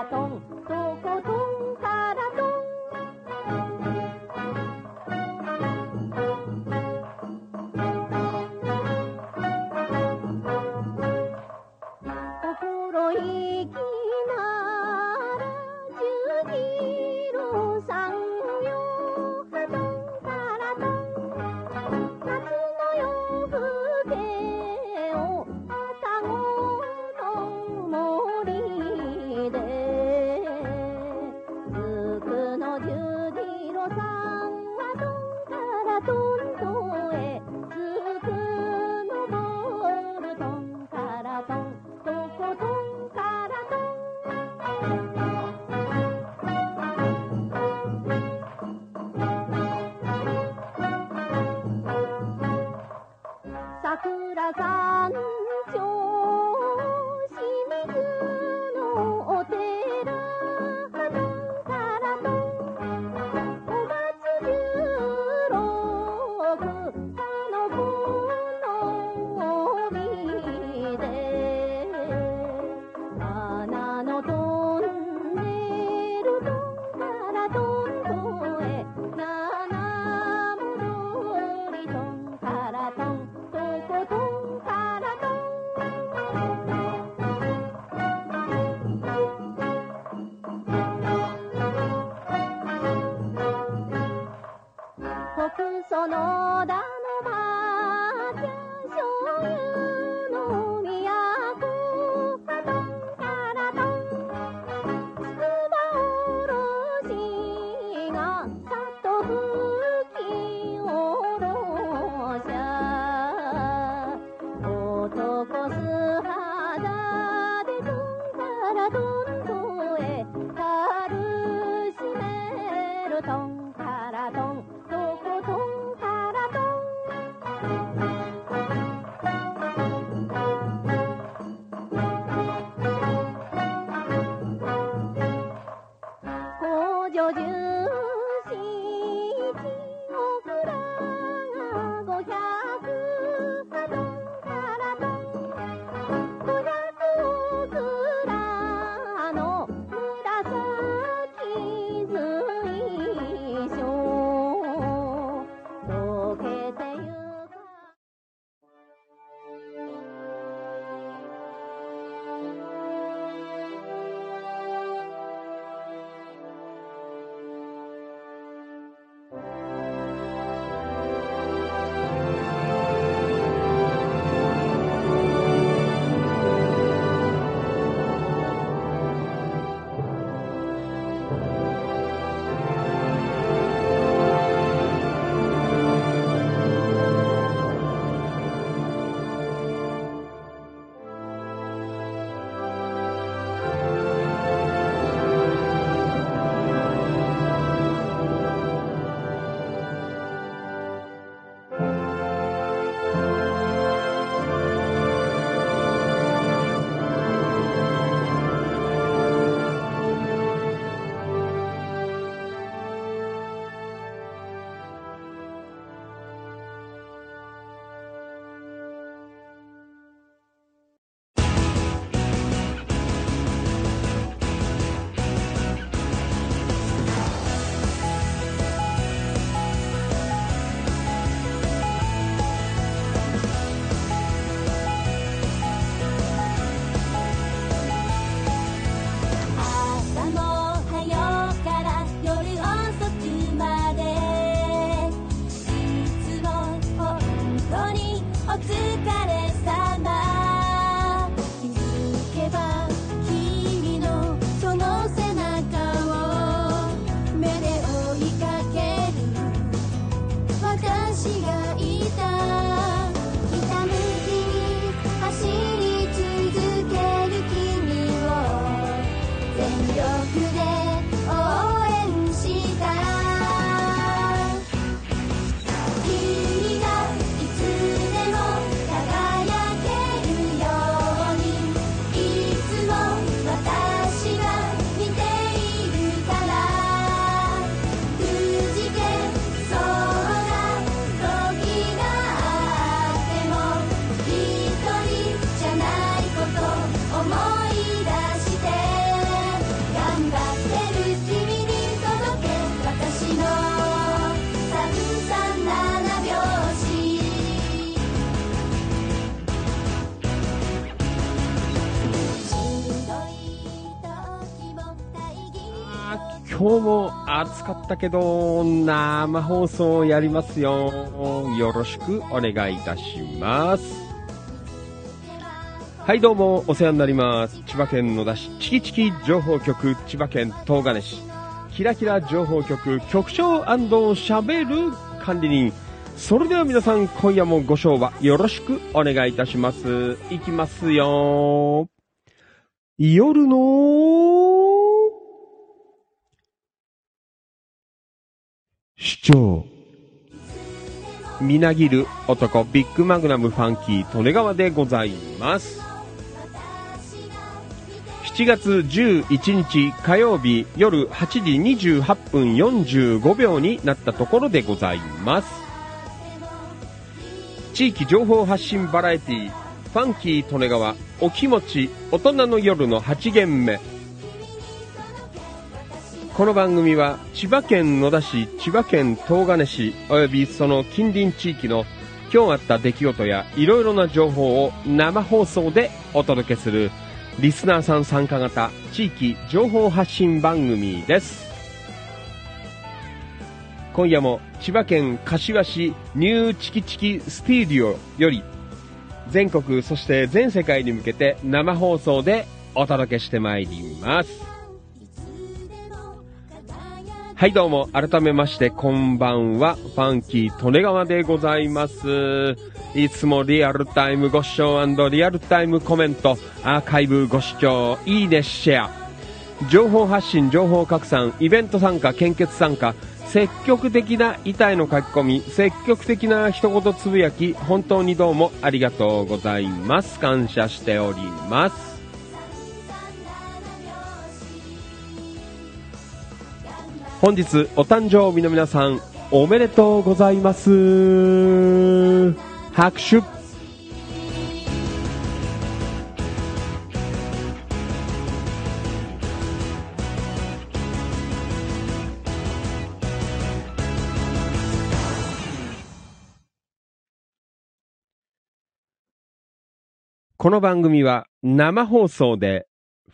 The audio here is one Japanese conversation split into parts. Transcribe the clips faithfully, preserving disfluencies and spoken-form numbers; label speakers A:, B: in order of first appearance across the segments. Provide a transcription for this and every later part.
A: 頑今日も暑かったけど、生放送やりますよ。よろしくお願いいたします。はい、どうもお世話になります。千葉県野田市チキチキ情報局、千葉県東金市キラキラ情報局局長&しゃべる管理人。それでは皆さん、今夜もご唱和よろしくお願いいたします。いきますよ。夜の主張。みなぎる男ビッグマグナムファンキー利根川でございます。しちがつじゅういちにち火曜日夜はちじにじゅうはっぷんよんじゅうごびょうになったところでございます。地域情報発信バラエティファンキー利根川お気持ち大人の夜のはち限目。この番組は千葉県野田市、千葉県東金市およびその近隣地域の今日あった出来事やいろいろな情報を生放送でお届けするリスナーさん参加型地域情報発信番組です。今夜も千葉県柏市ニューチキチキスタジオより全国そして全世界に向けて生放送でお届けしてまいります。はい、どうも改めましてこんばんは、ファンキー利根川でございます。いつもリアルタイムご視聴&リアルタイムコメント、アーカイブご視聴、いいねシェア、情報発信、情報拡散、イベント参加、献血参加、積極的な板への書き込み、積極的な一言つぶやき、本当にどうもありがとうございます。感謝しております。本日お誕生日の皆さんおめでとうございます。拍手。この番組は生放送で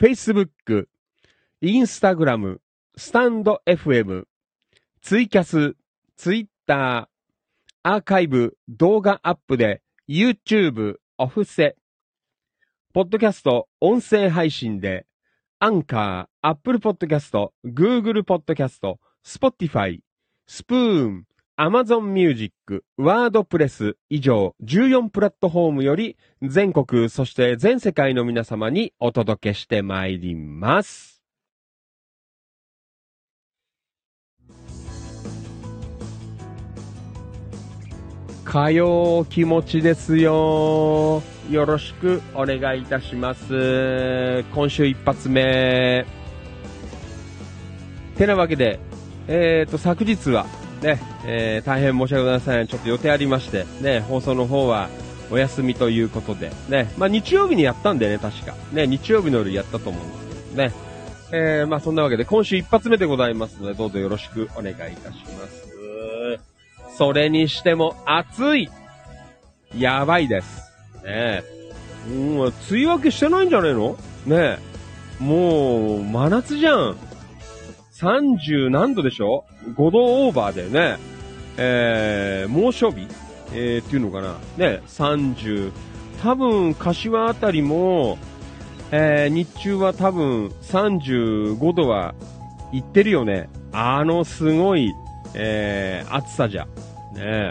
A: Facebook、Instagram、スタンド エフエム、ツイキャス、ツイッター、アーカイブ、動画アップで YouTube、オフセ、ポッドキャスト、音声配信でアンカー、Apple Podcast、Google Podcast、Spotify、スプーン、Amazon Music、WordPress 以上じゅうよんプラットフォームより全国そして全世界の皆様にお届けしてまいります。火曜気持ちですよ。よろしくお願いいたします。今週一発目。てなわけで、えーと、昨日はね、えー、大変申し訳ございません。ちょっと予定ありまして、ね、放送の方はお休みということで、ね、まあ日曜日にやったんでね、確か。ね、日曜日の夜やったと思うんですけどね。えー、まあそんなわけで今週一発目でございますので、どうぞよろしくお願いいたします。それにしても暑い。やばいです。ねえ。うん、梅雨明けしてないんじゃねえのねえ。もう、真夏じゃん。さんじゅう何度でしょ ?ご 度オーバーだよね。えー、猛暑日えー、っていうのかなね、さんじゅう。多分、柏あたりも、えー、日中は多分、さんじゅうごどは、いってるよね。あの、すごい、えー、暑さじゃ。ね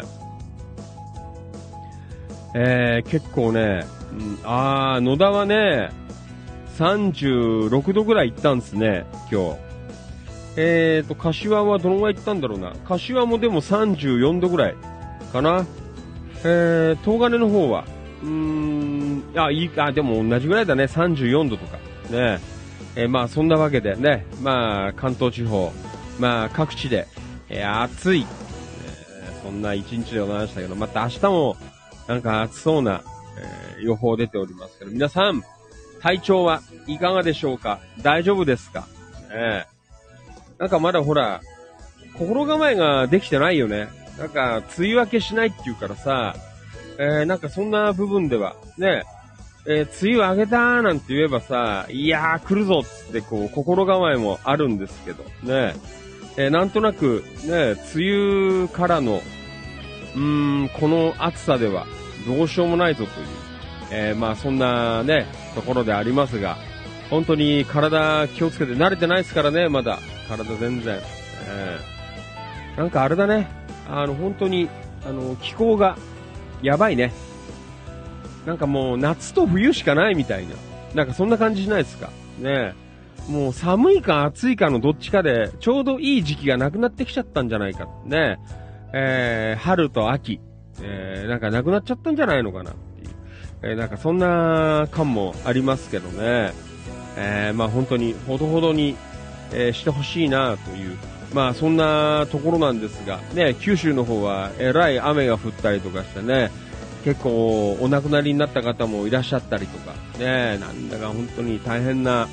A: えー、結構ね、うん、あー、野田はね、さんじゅうろくどぐらい行ったんですね、今日。えーと、柏はどのぐらい行ったんだろうな。柏もでもさんじゅうよんどぐらいかな。えー、東金の方は、うーん、あ、いいか、でも同じぐらいだね、さんじゅうよんどとか。ねえー、まあそんなわけでね、まあ関東地方、まあ各地で、えー、暑い。そんな一日でございましたけど、また明日もなんか暑そうな、えー、予報出ておりますけど、皆さん、体調はいかがでしょうか？大丈夫ですか？ね、なんかまだほら、心構えができてないよね。なんか、梅雨明けしないっていうからさ、えー、なんかそんな部分では、ね、 えー、梅雨明けたーなんて言えばさ、いやー来るぞっつってこう、心構えもあるんですけど、ね。えー、なんとなく、ね、梅雨からの、うーん、この暑さではどうしようもないぞという、えー、まあそんなね、ところでありますが、本当に体気をつけて慣れてないですからね、まだ。体全然。えー、なんかあれだね。あの、本当に、あの、気候が、やばいね。なんかもう夏と冬しかないみたいな。なんかそんな感じしないですか。ね。もう寒いか暑いかのどっちかで、ちょうどいい時期がなくなってきちゃったんじゃないか。ね。えー、春と秋。えー、なんかなくなっちゃったんじゃないのかなっていう。えー、なんかそんな感もありますけどね。えー、まあ本当にほどほどに、えー、してほしいなという、まあそんなところなんですが、ね、九州の方はえらい雨が降ったりとかしてね、結構お亡くなりになった方もいらっしゃったりとか、ね、なんだか本当に大変な、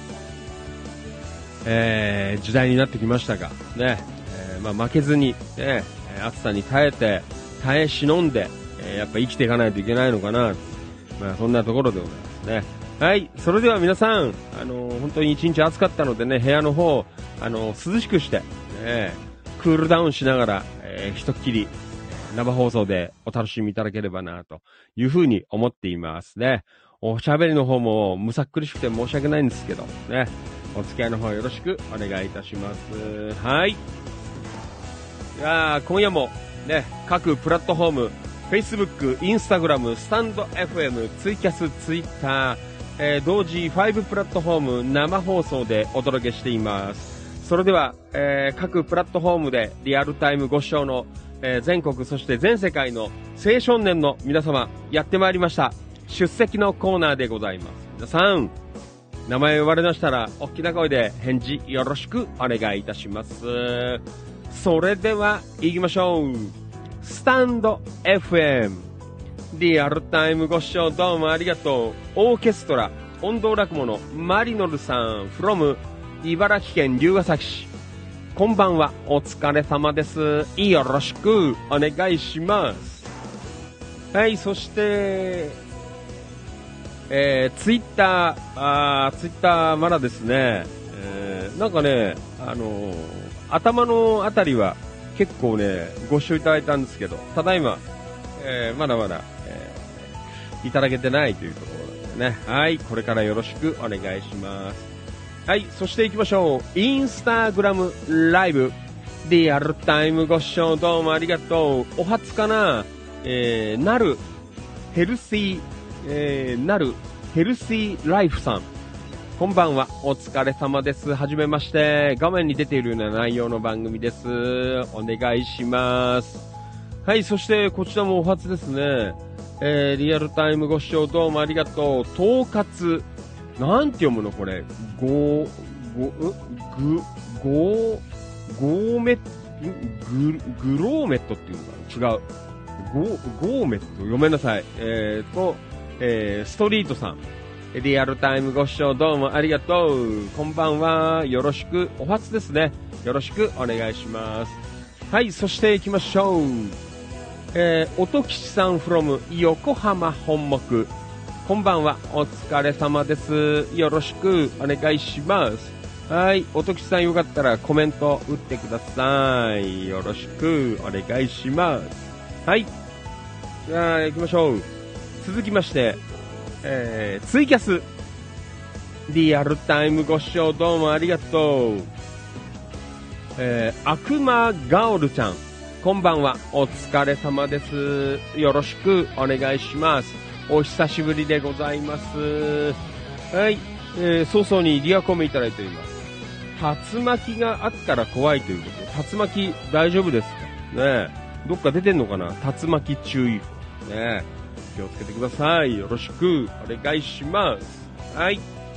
A: えー、時代になってきましたが、ね、えー、まあ負けずに、ね、暑さに耐えて、耐え忍んで、えー、やっぱ生きていかないといけないのかな、まあそんなところでございますね。はい。それでは皆さん、あのー、本当に一日暑かったのでね、部屋の方、あのー、涼しくして、ね、クールダウンしながら、えー、ひとっきり、生放送でお楽しみいただければな、というふうに思っていますね。おしゃべりの方もむさっくりしくて申し訳ないんですけど、ね、お付き合いの方よろしくお願いいたします。はい。いやー、今夜も、ね、各プラットフォーム、Facebook、Instagram、スタンド エフエム、ツイキャス、Twitter、えー、同時ごプラットフォーム生放送でお届けしています。それでは、えー、各プラットフォームでリアルタイムご視聴の、えー、全国そして全世界の青少年の皆様やってまいりました。出席のコーナーでございます。皆さん、名前呼ばれましたら大きな声で返事よろしくお願いいたします。それでは行きましょう。スタンド エフエムリアルタイムご視聴どうもありがとう。オーケストラ音頭落語のマリノルさん from 茨城県龍ケ崎市、こんばんは、お疲れ様です。よろしくお願いします。はい、そしてえー、ツイッターあーツイッターまだですね、えー、なんかね、あのー、頭のあたりは結構ねご視聴いただいたんですけど、ただいま、えー、まだまだいただけてないというところなんでね。はい、これからよろしくお願いします。はい、そして行きましょう。インスタグラムライブリアルタイムご視聴どうもありがとう。お初かな、えー、なるヘルシー、えー、なるヘルシーライフさん、こんばんは、お疲れ様です。はじめまして。画面に出ているような内容の番組です。お願いします。はい、そしてこちらもお初ですね。えー、リアルタイムご視聴どうもありがとう。統括、なんて読むのこれ、ゴー、ゴ、ぐ、ゴー、ゴーメット、グ、グローメットっていうのかな、違う。ゴー、ゴーメット、読めなさい。えーと、えー、ストリートさん。リアルタイムご視聴どうもありがとう。こんばんは。よろしく、お初ですね。よろしくお願いします。はい、そして行きましょう。えー、音吉さん from 横浜本木、こんばんは、お疲れ様です。よろしくお願いします。はい、音吉さんよかったらコメント打ってください。よろしくお願いします。はい、じゃあ行きましょう。続きまして、えー、ツイキャスリアルタイムご視聴どうもありがとう。えー、悪魔ガオルちゃん、こんばんは、お疲れ様です。よろしくお願いします。お久しぶりでございます。はい、えー、早々にリアコメいただいております。竜巻があったら怖いということで、竜巻大丈夫ですかね。どっか出てんのかな、竜巻注意報ね。気をつけてください。よろしくお願いします。はい。い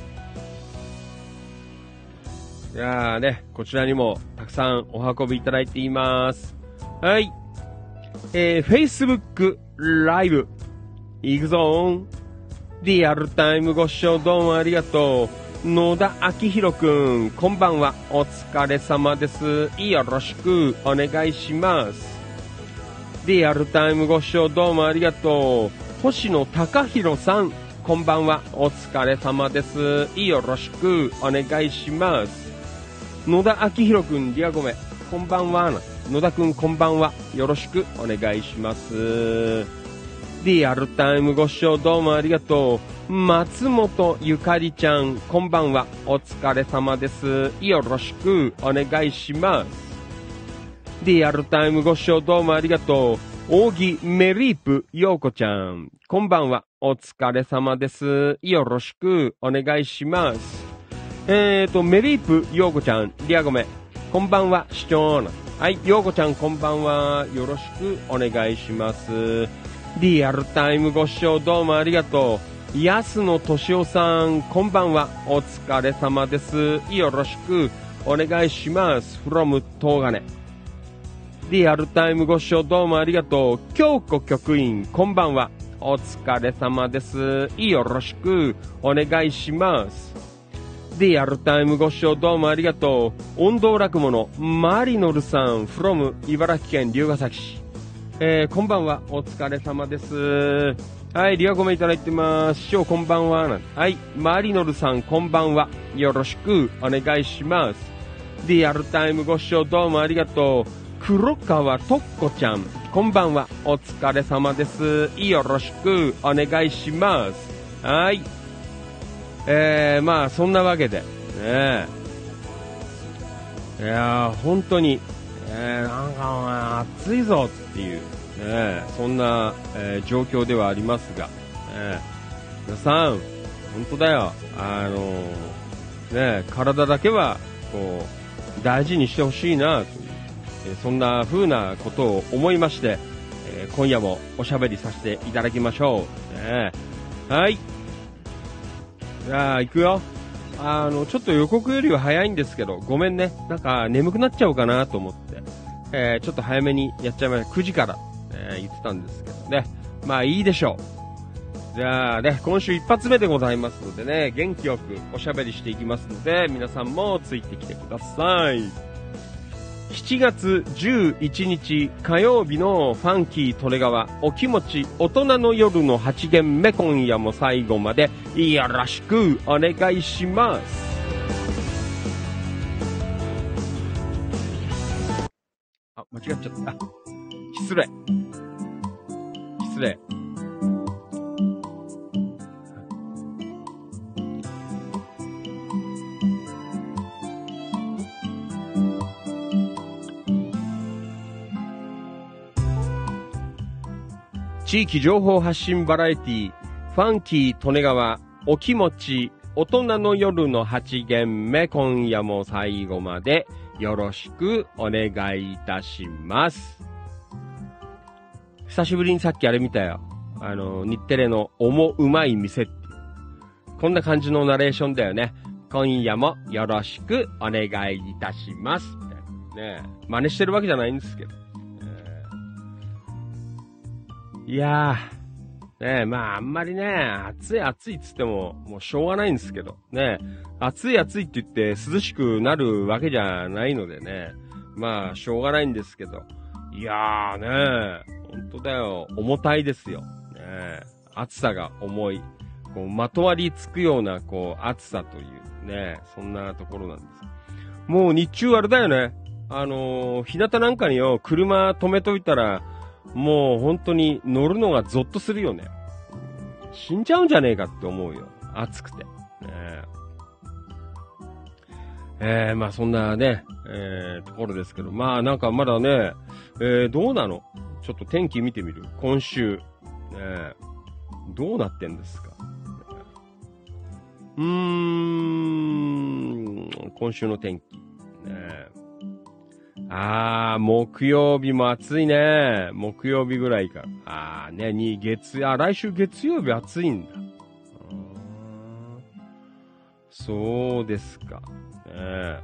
A: やーね、こちらにもたくさんお運びいただいています。はい。えー、Facebook ライブ。いくぞー。リアルタイムご視聴どうもありがとう。野田明宏くん、こんばんは。お疲れ様です。よろしくお願いします。リアルタイムご視聴どうもありがとう。星野貴弘さん、 こんばんは。お疲れ様です。よろしくお願いします。野田明宏くん、リアゴメ、こんばんは。野田くん、こんばんは。よろしくお願いします。リアルタイムご視聴どうもありがとう。松本ゆかりちゃん、こんばんは。お疲れ様です。よろしくお願いします。リアルタイムご視聴どうもありがとう。扇メリープようこちゃん、こんばんは。お疲れ様です。よろしくお願いします。えーと、メリープようこちゃん、リアゴメ、こんばんは、視聴な。はい、ようこちゃんこんばんは。よろしくお願いします。リアルタイムご視聴どうもありがとう。安野俊夫さん、こんばんは。お疲れ様です。よろしくお願いします。from 東金。リアルタイムご視聴どうもありがとう。京子局員、こんばんは。お疲れ様です。よろしくお願いします。リアルタイムご視聴どうもありがとう。音頭落語のマリノルさん from 茨城県龍ケ崎市。えー、こんばんは。お疲れ様です。はい、リアコメいただいてます。師匠こんばんは。はい、マリノルさんこんばんは。よろしくお願いします。リアルタイムご視聴どうもありがとう。黒川とっこちゃん、こんばんは。お疲れ様です。よろしくお願いします。はい。えー、まあ、そんなわけで、ねいやー、本当に、えー、なんか、暑いぞっていう、ね、そんな、えー、状況ではありますが、ね、皆さん、本当だよ。あのー、ね、体だけは、こう、大事にしてほしいな、という。そんな風なことを思いまして、えー、今夜もおしゃべりさせていただきましょう。ね、はい。じゃあ、行くよ。あの、ちょっと予告よりは早いんですけど、ごめんね。なんか、眠くなっちゃおうかなと思って、えー、ちょっと早めにやっちゃいました。くじから、えー、言ってたんですけどね。まあ、いいでしょう。じゃあね、今週一発目でございますのでね、元気よくおしゃべりしていきますので、皆さんもついてきてください。しちがつじゅういちにち火曜日のファンキー利根川お気持ち大人の夜のはち限目、今夜も最後までよろしくお願いします。あ、間違っちゃった。失礼。失礼。地域情報発信バラエティファンキー利根川お気持ち大人の夜のはち限目、今夜も最後までよろしくお願いいたします。久しぶりにさっきあれ見たよ。あの日テレのおもうまい店っていう、こんな感じのナレーションだよね。今夜もよろしくお願いいたしますみたいなね。真似してるわけじゃないんですけど、いやー、ねえ、まああんまりね、暑い暑いっつっても、もうしょうがないんですけど、ね暑い暑いって言って涼しくなるわけじゃないのでね、まあしょうがないんですけど、いやーね、ほんとだよ、重たいですよ。ね暑さが重い。こう、まとわりつくような、こう、暑さというね、そんなところなんです。もう日中あれだよね、あのー、日向なんかによ、車止めといたら、もう本当に乗るのがゾッとするよね。死んじゃうんじゃねえかって思うよ。暑くて。ね、えー、まあそんなね、えー、ところですけど、まあなんかまだね、えー、どうなの？ちょっと天気見てみる。今週。ね、どうなってんですか？うーん、今週の天気。ね、あー、木曜日も暑いね。木曜日ぐらいから。あーね、に、月、あ、来週月曜日暑いんだ。そうですか。ね、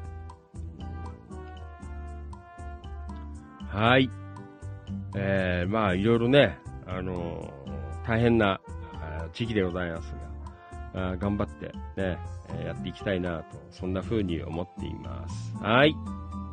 A: はい。えー、まあ、いろいろね、あのー、大変な時期でございますが、あ頑張ってね、えー、やっていきたいなと、そんな風に思っています。はい。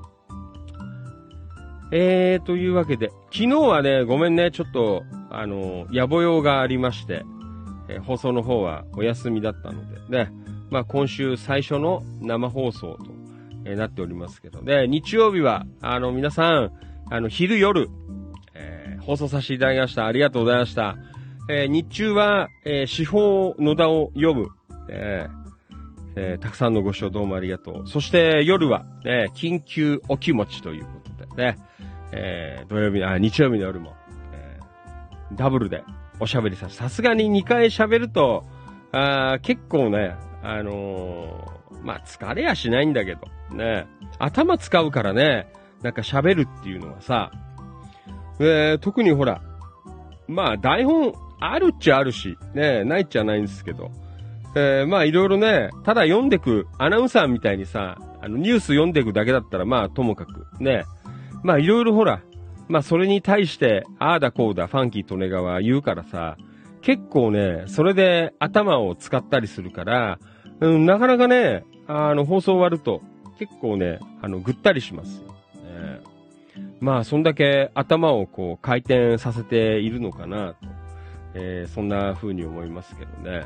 A: えー、というわけで、昨日はね、ごめんね、ちょっと、あの、野暮用がありまして、 えー、放送の方はお休みだったので、ね、まあ今週最初の生放送と、えー、なっておりますけど、で、日曜日は、あの、皆さん、あの、昼夜、えー、放送させていただきました。ありがとうございました。えー、日中は、えー、司法野田を読む、えーえー、たくさんのご視聴どうもありがとう。そして夜は、ね、緊急お気持ちということでね、えー、土曜日、あ、日曜日の夜も、えー、ダブルでおしゃべりさせ、さすがににかい喋ると、あ結構ね、あのー、まあ、疲れやしないんだけど、ね、頭使うからね、なんか喋るっていうのはさ、えー、特にほら、まあ、台本あるっちゃあるし、ね、ないっちゃないんですけど、えー、まあ、いろいろね、ただ読んでく、アナウンサーみたいにさ、あの、ニュース読んでくだけだったら、まあ、ともかく、ね、まあ、いろいろほら、まあ、それに対して、ああだこうだ、ファンキーとネガは言うからさ、結構ね、それで頭を使ったりするから、うん、なかなかね、あの、放送終わると、結構ね、あの、ぐったりしますよ。ね、まあ、そんだけ頭をこう、回転させているのかな、と、えー、そんな風に思いますけどね。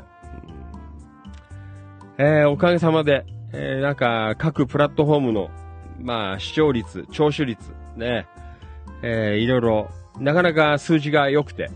A: うん、えー、おかげさまで、えー、なんか、各プラットフォームの、まあ、視聴率、聴取率、ね、えー、いろいろ、なかなか数字が良くて、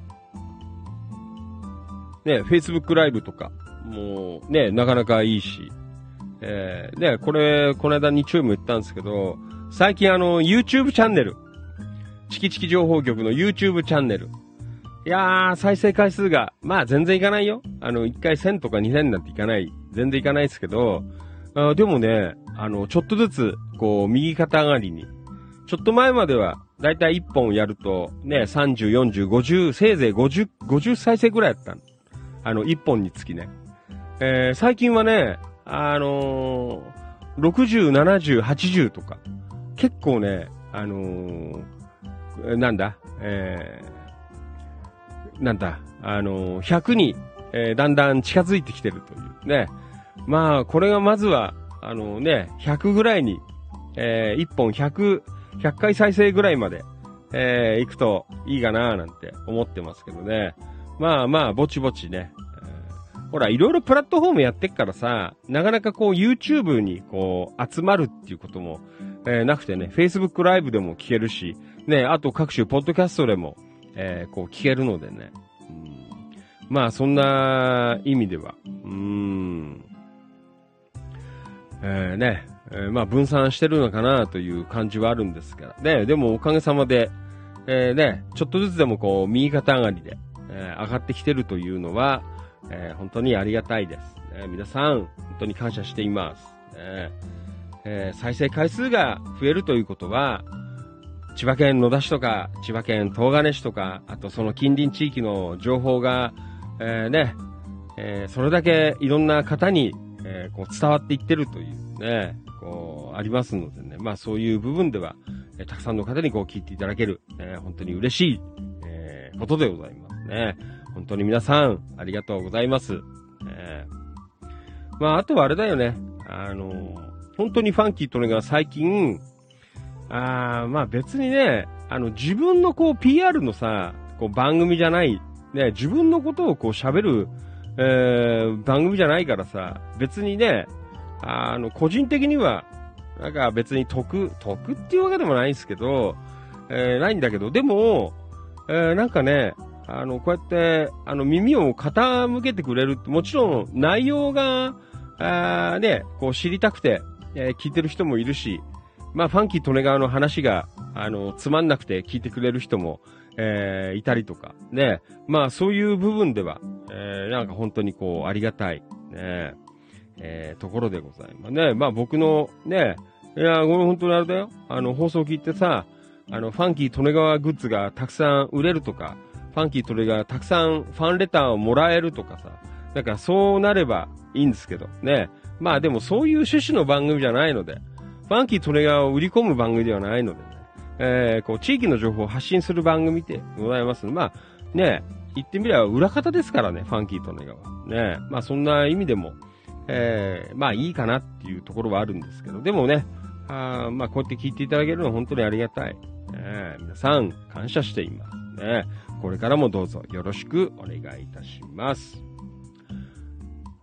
A: ね、Facebook ライブとか、もう、ね、なかなかいいし、えー、ね、これ、この間日曜日も言ったんですけど、最近あの、YouTube チャンネル、チキチキ情報局の YouTube チャンネル、いやー、再生回数が、まあ全然いかないよ。あの、いっかいせんとかにせんなんていかない。全然いかないですけど、あでもね、あの、ちょっとずつ、こう、右肩上がりに。ちょっと前までは、だいたいいっぽんやると、ね、さんじゅう、よんじゅう、ごじゅう、せいぜいごじゅう、ごじゅう再生ぐらいやったの。あの、いっぽんにつきね。えー、最近はね、あのー、ろくじゅう、ななじゅう、はちじゅうとか、結構ね、あのー、なんだ、えー、なんだ、あのー、ひゃくに、えー、だんだん近づいてきてるというね。まあ、これがまずは、あのね、ひゃくぐらいに、えー、いっぽんひゃく、ひゃっかい再生ぐらいまで、えー、行くといいかななんて思ってますけどね。まあまあ、ぼちぼちね。えー、ほら、いろいろプラットフォームやってっからさ、なかなかこう YouTube にこう集まるっていうことも、えー、なくてね、Facebook ライブでも聞けるし、ね、あと各種ポッドキャストでも、えー、こう聞けるのでね。うん、まあ、そんな意味では、うーん、えー、ね、えー、まあ分散してるのかなという感じはあるんですから。ね、でもおかげさまで、えー、ね、ちょっとずつでもこう、右肩上がりで、えー、上がってきてるというのは、えー、本当にありがたいです。ね、皆さん、本当に感謝しています。ねえー、再生回数が増えるということは、千葉県野田市とか、千葉県東金市とか、あとその近隣地域の情報が、えー、ね、えー、それだけいろんな方に、えー、こう伝わっていってるというね、こう、ありますのでね。まあそういう部分では、えー、たくさんの方にこう聞いていただける、えー、本当に嬉しい、えー、ことでございますね。本当に皆さん、ありがとうございます。えー、まああとはあれだよね。あのー、本当にファンキーとねが最近、あまあ別にね、あの自分のこう ピーアール のさ、こう番組じゃない、ね、自分のことをこう喋る、えー、番組じゃないからさ、別にね、あの、個人的には、なんか別に得、得っていうわけでもないんですけど、えー、ないんだけど、でも、えー、なんかね、あの、こうやって、あの、耳を傾けてくれるって、もちろん内容が、あね、こう知りたくて、えー、聞いてる人もいるし、まあ、ファンキー利根川の話が、あの、つまんなくて聞いてくれる人も、えー、いたりとか、ね。まあ、そういう部分では、えー、なんか本当にこう、ありがたい、ね、えー、ところでございますね。まあ、僕の、ね、いや、これ本当にあれだよ。あの、放送聞いてさ、あの、ファンキー利根川グッズがたくさん売れるとか、ファンキー利根川たくさんファンレターをもらえるとかさ、だからそうなればいいんですけど、ね。まあ、でもそういう趣旨の番組じゃないので、ファンキー利根川を売り込む番組ではないのでね、えー、こう、地域の情報を発信する番組でございます。まあ、ね、言ってみれば裏方ですからね、ファンキー利根川。ね、まあそんな意味でも、えー、まあいいかなっていうところはあるんですけど、でもね、あまあこうやって聞いていただけるのは本当にありがたい。ね、皆さん、感謝しています。ね、これからもどうぞよろしくお願いいたします。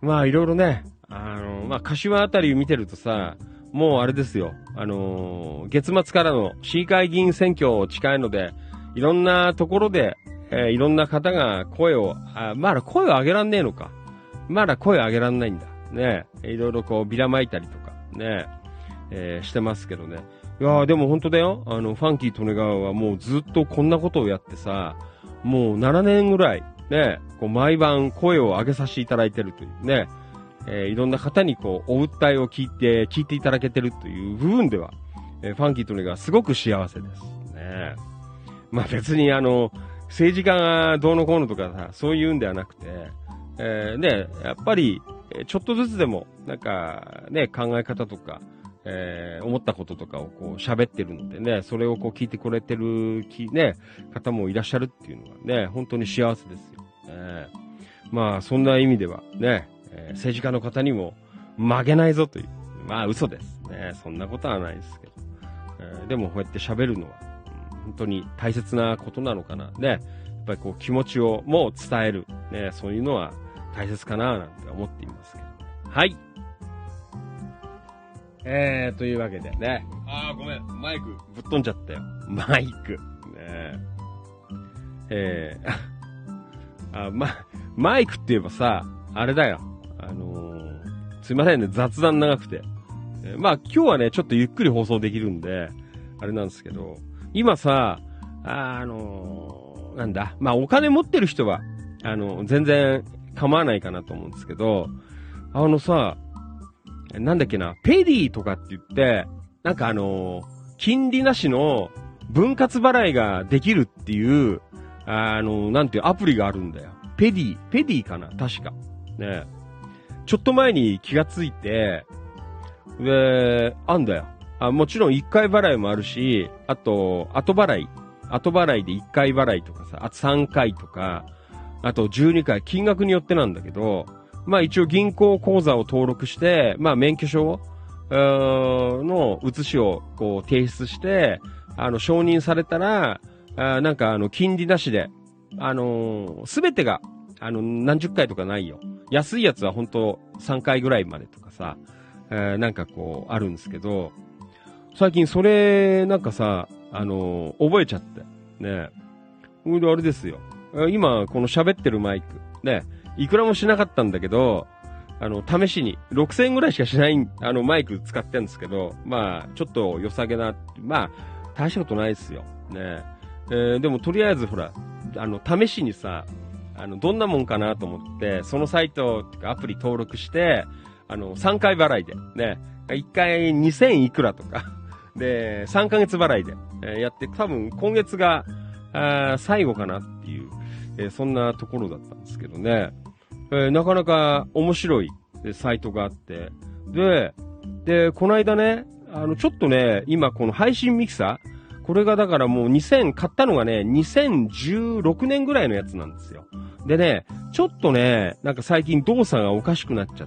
A: まあいろいろね、あの、まあ柏あたり見てるとさ、もうあれですよ、あのー、月末からの市議会議員選挙近いので、いろんなところで、えー、いろんな方が声を、あ、まだ声を上げらんねえのか。まだ声を上げらんないんだ。ね。いろいろこうビラ撒いたりとか、ね、えー、してますけどね。いやーでも本当だよ。あの、ファンキー利根川はもうずっとこんなことをやってさ、もうななねんぐらい、ね、こう毎晩声を上げさせていただいてるというね、えー、いろんな方にこう、お訴えを聞いて、聞いていただけてるという部分では、えー、ファンキー利根川すごく幸せです。ね。まあ別にあの、政治家がどうのこうのとかさ、そういうんではなくて、えー、ね、やっぱり、ちょっとずつでも、なんか、ね、考え方とか、えー、思ったこととかをこう喋ってるのでね、それをこう聞いてくれてるき、ね、方もいらっしゃるっていうのはね、本当に幸せですよ。えー、まあ、そんな意味ではね、えー、政治家の方にも曲げないぞという、まあ嘘ですね。そんなことはないですけど。えー、でもこうやって喋るのは、うん、本当に大切なことなのかな。ね、やっぱりこう気持ちをもう伝える。ね、そういうのは大切かななんて思っていますけど。はい。えー、というわけでね。あー、ごめん。マイクぶっ飛んじゃったよ。マイク。ねえー、あ、ま、マイクって言えばさ、あれだよ。あのー、すいませんね。雑談長くて。えー、まあ今日はね、ちょっとゆっくり放送できるんで、あれなんですけど、今さ、あ、あのー、なんだ。まあお金持ってる人は、あの、全然構わないかなと思うんですけど、あのさ、なんだっけな、ペディとかって言って、なんかあのー、金利なしの分割払いができるっていう、あのー、なんていうアプリがあるんだよ。ペディ、ペディかな確か。ね。ちょっと前に気がついて、で、あんだよ。あ、もちろんいっかい払いもあるし、あと、後払い。後払いでいっかい払いとかさ、あとさんかいとか、あとじゅうにかい、金額によってなんだけど、まあ一応銀行口座を登録して、まあ免許証の写しをこう提出して、あの承認されたら、あなんかあの金利なしで、あのすべてが、あの何十回とかないよ。安いやつは本当さんかいぐらいまでとかさ、えー、なんかこうあるんですけど、最近それなんかさ、あの覚えちゃって。ね。ほんであれですよ。今この喋ってるマイク。ね。いくらもしなかったんだけど、あの、試しに、ろくせんえんぐらいしかしない、あの、マイク使ってるんですけど、まあ、ちょっと良さげな、まあ、大したことないですよ。ね。えー、でもとりあえずほら、あの、試しにさ、あの、どんなもんかなと思って、そのサイト、ってかアプリ登録して、あの、さんかい払いで、ね。いっかいにせんいくらとか、で、さんかげつ払いで、えー、やって、多分今月が、あ最後かなっていう、えー、そんなところだったんですけどね。えー、なかなか面白いサイトがあって。で、で、この間ね、あの、ちょっとね、今この配信ミキサー、これがだからもうにせん、買ったのがね、にせんじゅうろくねんぐらいのやつなんですよ。でね、ちょっとね、なんか最近動作がおかしくなっちゃって、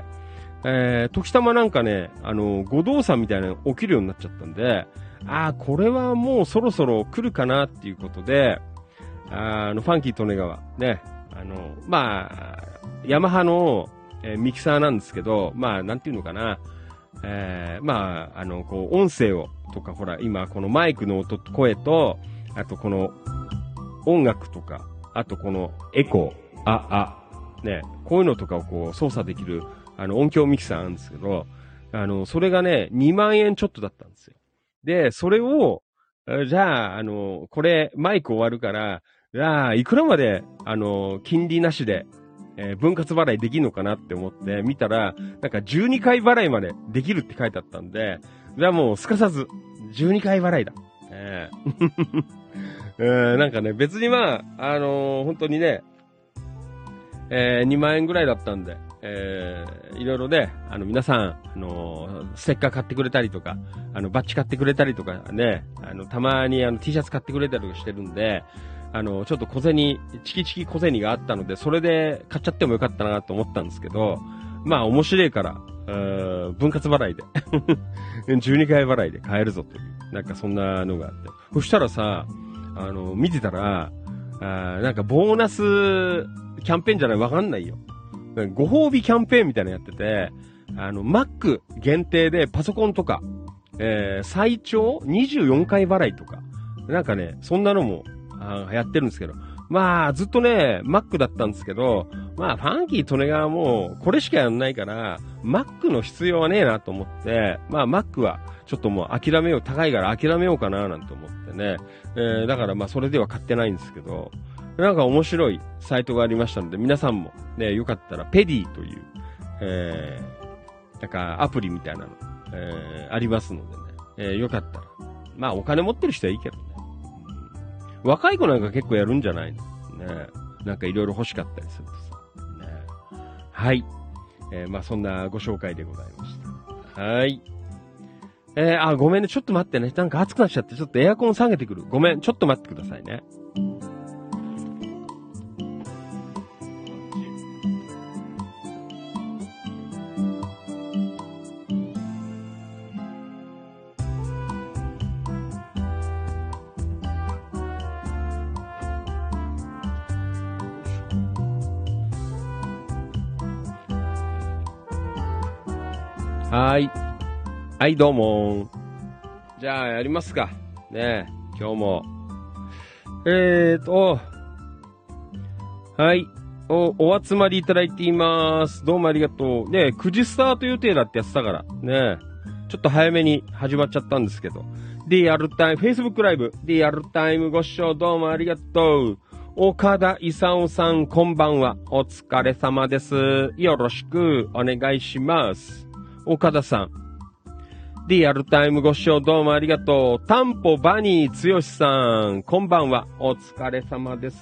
A: えー、時たまなんかね、あの、誤動作みたいなの起きるようになっちゃったんで、ああ、これはもうそろそろ来るかなっていうことで、あの、ファンキー利根川、ね、あの、まあ、ヤマハの、えー、ミキサーなんですけど、まあ、なんていうのかな、えー、まあ、あの、こう、音声を、とか、ほら、今、このマイクの音、声と、あとこの、音楽とか、あとこの、エコー、あ、あ、ね、こういうのとかをこう、操作できる、あの、音響ミキサーなんですけど、あの、それがね、にまんえんちょっとだったんですよ。で、それを、じゃあ、あの、これ、マイク終わるから、じゃあ、いくらまで、あの、金利なしで、えー、分割払いできるのかなって思って見たら、なんかじゅうにかい払いまでできるって書いてあったんで、じゃあもうすかさず、じゅうにかい払いだ。えーえー、なんかね、別にまあ、あのー、本当にね、えー、にまんえんぐらいだったんで、えー、いろいろね、あの、皆さん、あのー、ステッカー買ってくれたりとか、あの、バッジ買ってくれたりとかね、あの、たまにあの、T シャツ買ってくれたりとかしてるんで、あの、ちょっと小銭、チキチキ小銭があったので、それで買っちゃってもよかったなと思ったんですけど、まあ、面白いから、分割払いで、じゅうにかい払いで買えるぞという、なんかそんなのがあって。そしたらさ、あの、見てたら、あなんかボーナスキャンペーンじゃないわかんないよ。 ご褒美キャンペーンみたいなのやってて、あの、Mac 限定でパソコンとか、えー、最長にじゅうよんかい払いとか、なんかね、そんなのも、あやってるんですけど、まあ、ずっとね、Mac だったんですけど、まあ、ファンキー・トネガーも、これしかやんないから、Mac の必要はねえなと思って、まあ、Mac は、ちょっともう諦めよう、高いから諦めようかな、なんて思ってね。えー、だからまあ、それでは買ってないんですけど、なんか面白いサイトがありましたので、皆さんもね、よかったら、ペディという、えー、なんかアプリみたいなの、えー、ありますのでね、えー、よかったら。まあ、お金持ってる人はいいけどね。うん、若い子なんか結構やるんじゃないのね。なんかいろいろ欲しかったりするとさ。ね、はい。えー、まあ、そんなご紹介でございました。はい。えー、あ、ごめんね。ちょっと待ってね。なんか暑くなっちゃって、ちょっとエアコン下げてくる。ごめん。ちょっと待ってくださいね。はーい。はい、どうも。じゃあ、やりますか。ねえ、今日も。えーと、はい。お、お集まりいただいています。どうもありがとう。ねえ、くじスタート予定だってやってたから。ねえ、ちょっと早めに始まっちゃったんですけど。リアルタイム、Facebook ライブ、リアルタイムご視聴どうもありがとう。岡田勲さん、こんばんは。お疲れ様です。よろしくお願いします。岡田さん。リアルタイムご視聴どうもありがとう。タンポバニーつよしさん、こんばんは。お疲れ様です。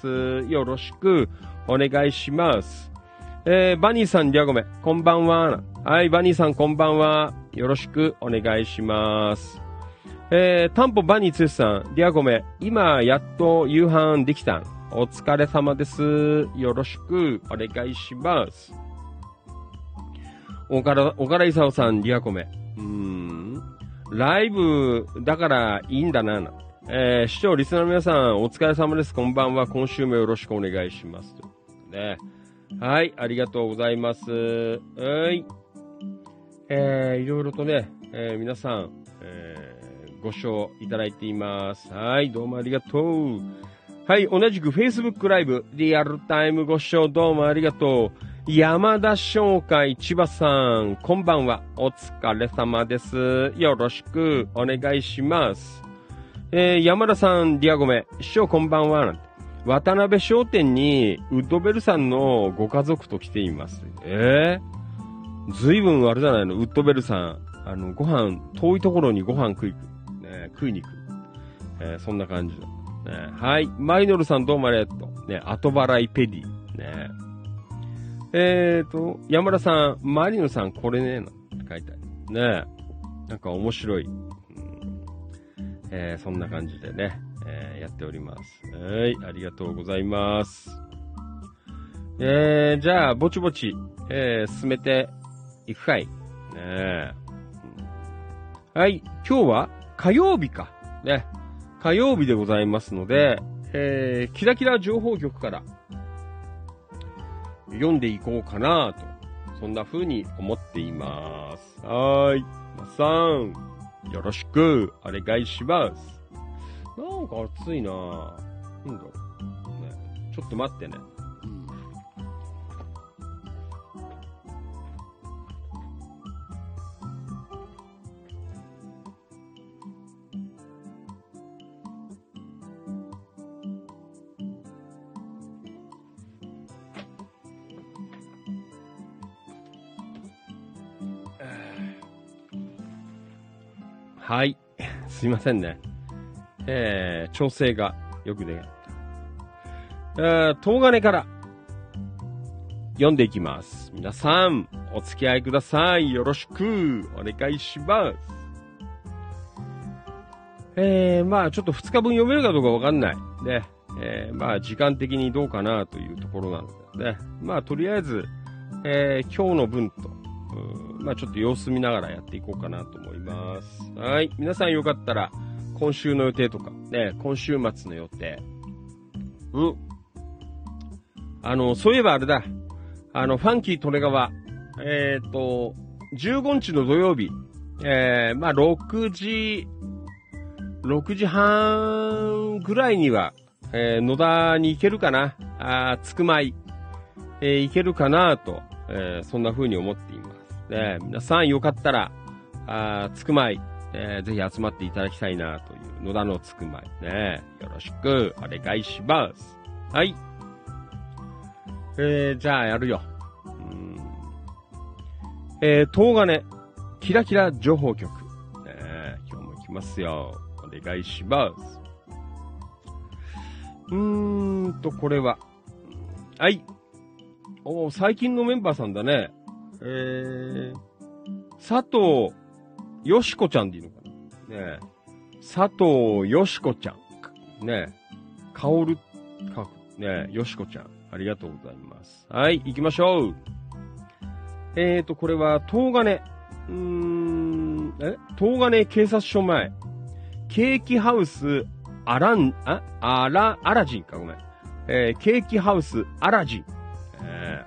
A: よろしくお願いします。えー、バニーさん、リアゴメ、こんばんは。はい、バニーさん、こんばんは。よろしくお願いします。えー、タンポバニーつよしさん、リアゴメ、今、やっと夕飯できたん。お疲れ様です。よろしくお願いします。岡田、岡田勲さん、リアコメ。うーん。ライブ、だからいいんだな。えー、視聴、リスナーの皆さん、お疲れ様です。こんばんは。今週もよろしくお願いします。ね。はい、ありがとうございます。はい。えー、いろいろとね、えー、皆さん、えー、ご視聴いただいています。はい、どうもありがとう。はい、同じく Facebook ライブ、リアルタイムご視聴どうもありがとう。山田商会千葉さん、こんばんは。お疲れ様です。よろしくお願いします。えー、山田さん、ディアゴメ、師匠こんばんは。渡辺商店にウッドベルさんのご家族と来ています。えー、ずいぶんあれじゃないの、ウッドベルさん。あの、ご飯、遠いところにご飯食い、ね、食いに行く。えー、そんな感じだ。ね、はい。マイノルさんどうもありがとう。ね、後払いペディ。ね。えーと、山田さん、マリノさんこれね、なんて書いてある。ね。なんか面白い。うん、えー、そんな感じでね、えー、やっております。はい。ありがとうございます。えー、じゃあ、ぼちぼち、えー、進めていくかい。ね、うん、はい。今日は火曜日か。ね。火曜日でございますので、えー、キラキラ情報局から読んでいこうかなと、そんな風に思っています。はーい。皆さん、よろしくお願いします。なんか暑いなぁ。なんだろう。ね、ちょっと待ってね。はい。すいませんね。えー、調整がよくできなかった。えー、東金から読んでいきます。皆さん、お付き合いください。よろしくお願いします。えー、まあちょっとふつかぶん読めるかどうかわかんない。ね。えー、まあ時間的にどうかなというところなのでね。まあとりあえず、えー、今日の分と、まあちょっと様子見ながらやっていこうかなと思います。はい。皆さんよかったら、今週の予定とか、ね、今週末の予定。うん。あの、そういえばあれだ。 あの、ファンキートレガワ、えっと、じゅうごにちの土曜日、えー、まあ、ろくじ、ろくじはんぐらいには、えー、野田に行けるかな、あつくまい、えー、行けるかなと、えー、そんな風に思っています。ね、皆さんよかったら、あつくまい、えー、ぜひ集まっていただきたいなという野田のつくまいね。よろしくお願いします。はい。えー、じゃあやるよ。うん、えー、東金、キラキラ情報局。ね、今日も行きますよ。お願いします。うーんと、これは。はい。お最近のメンバーさんだね。えー、佐藤よしこちゃんでいいのかなねえ。佐藤よしこちゃん。ねえ。かおる、かく。ねえ、よしこちゃん。ありがとうございます。はい、行きましょう。えーと、これは、東金。うーん、え東金警察署前。ケーキハウス、アラン、あ、アラ、アラジンか、ごめん。えー、ケーキハウス、アラジン。え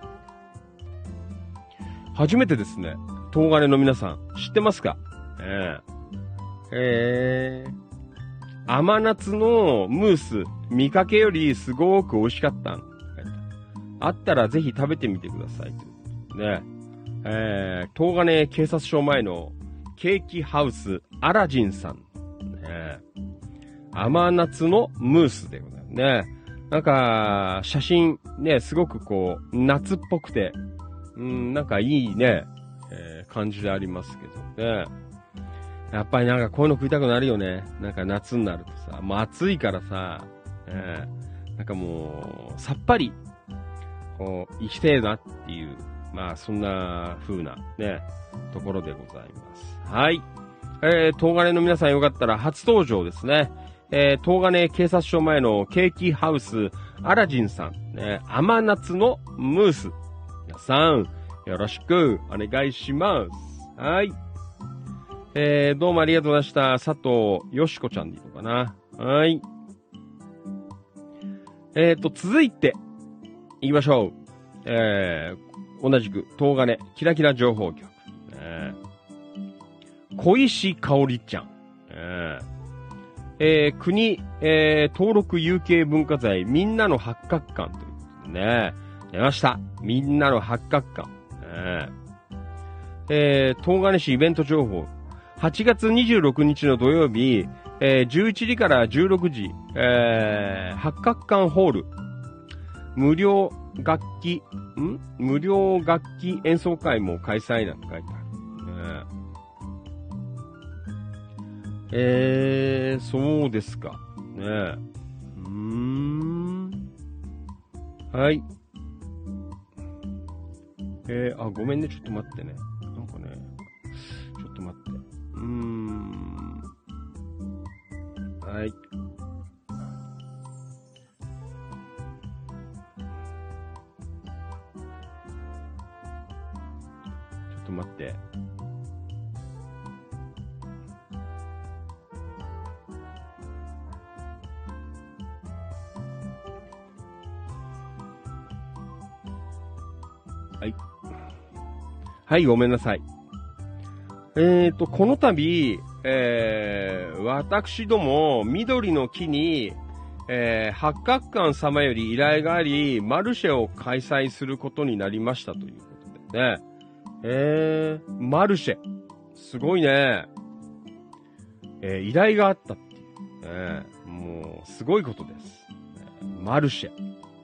A: ー、初めてですね。東金の皆さん、知ってますか？えーえー、甘夏のムース、見かけよりすごく美味しかったん。あったらぜひ食べてみてください。ねえー、東金警察署前のケーキハウスアラジンさん。ね、甘夏のムースでございますね。なんか、写真ね、すごくこう、夏っぽくて、うん、なんかいいね、えー、感じでありますけどね。やっぱりなんかこういうの食いたくなるよね。なんか夏になるとさ、もう暑いからさ、えー、なんかもう、さっぱり、こう、生きてえなっていう、まあそんな風なね、ところでございます。はい。えー、東金の皆さんよかったら初登場ですね。えー、東金警察署前のケーキハウスアラジンさん、ね、甘夏のムース。皆さん、よろしくお願いします。はい。えー、どうもありがとうございました。佐藤よしこちゃんでいいのかな。はい。えーと、続いて、行きましょう。えー、同じく、東金、キラキラ情報局。えー、小石香織ちゃん。えーえー、国、えー、登録有形文化財、みんなの八角館ということでね。出ました。みんなの八角館。えー、えー、東金市イベント情報。はちがつにじゅうろくにちの土曜日、えー、じゅういちじからじゅうろくじ、えー、八角館ホール、無料楽器、ん無料楽器演奏会も開催なんて書いてある。ね、えー、そうですか。ねえ。うーん。はい。えー、あ、ごめんね、ちょっと待ってね。なんかね、ちょっと待って。うーん。はい。ちょっと待って。はい。はい、ごめんなさい。えーと、この度、えー、私ども、緑の木に、えー、八角館様より依頼があり、マルシェを開催することになりましたということでね。えー、マルシェ。すごいね。えー、依頼があったっていう。えー、もう、すごいことです。マルシェ。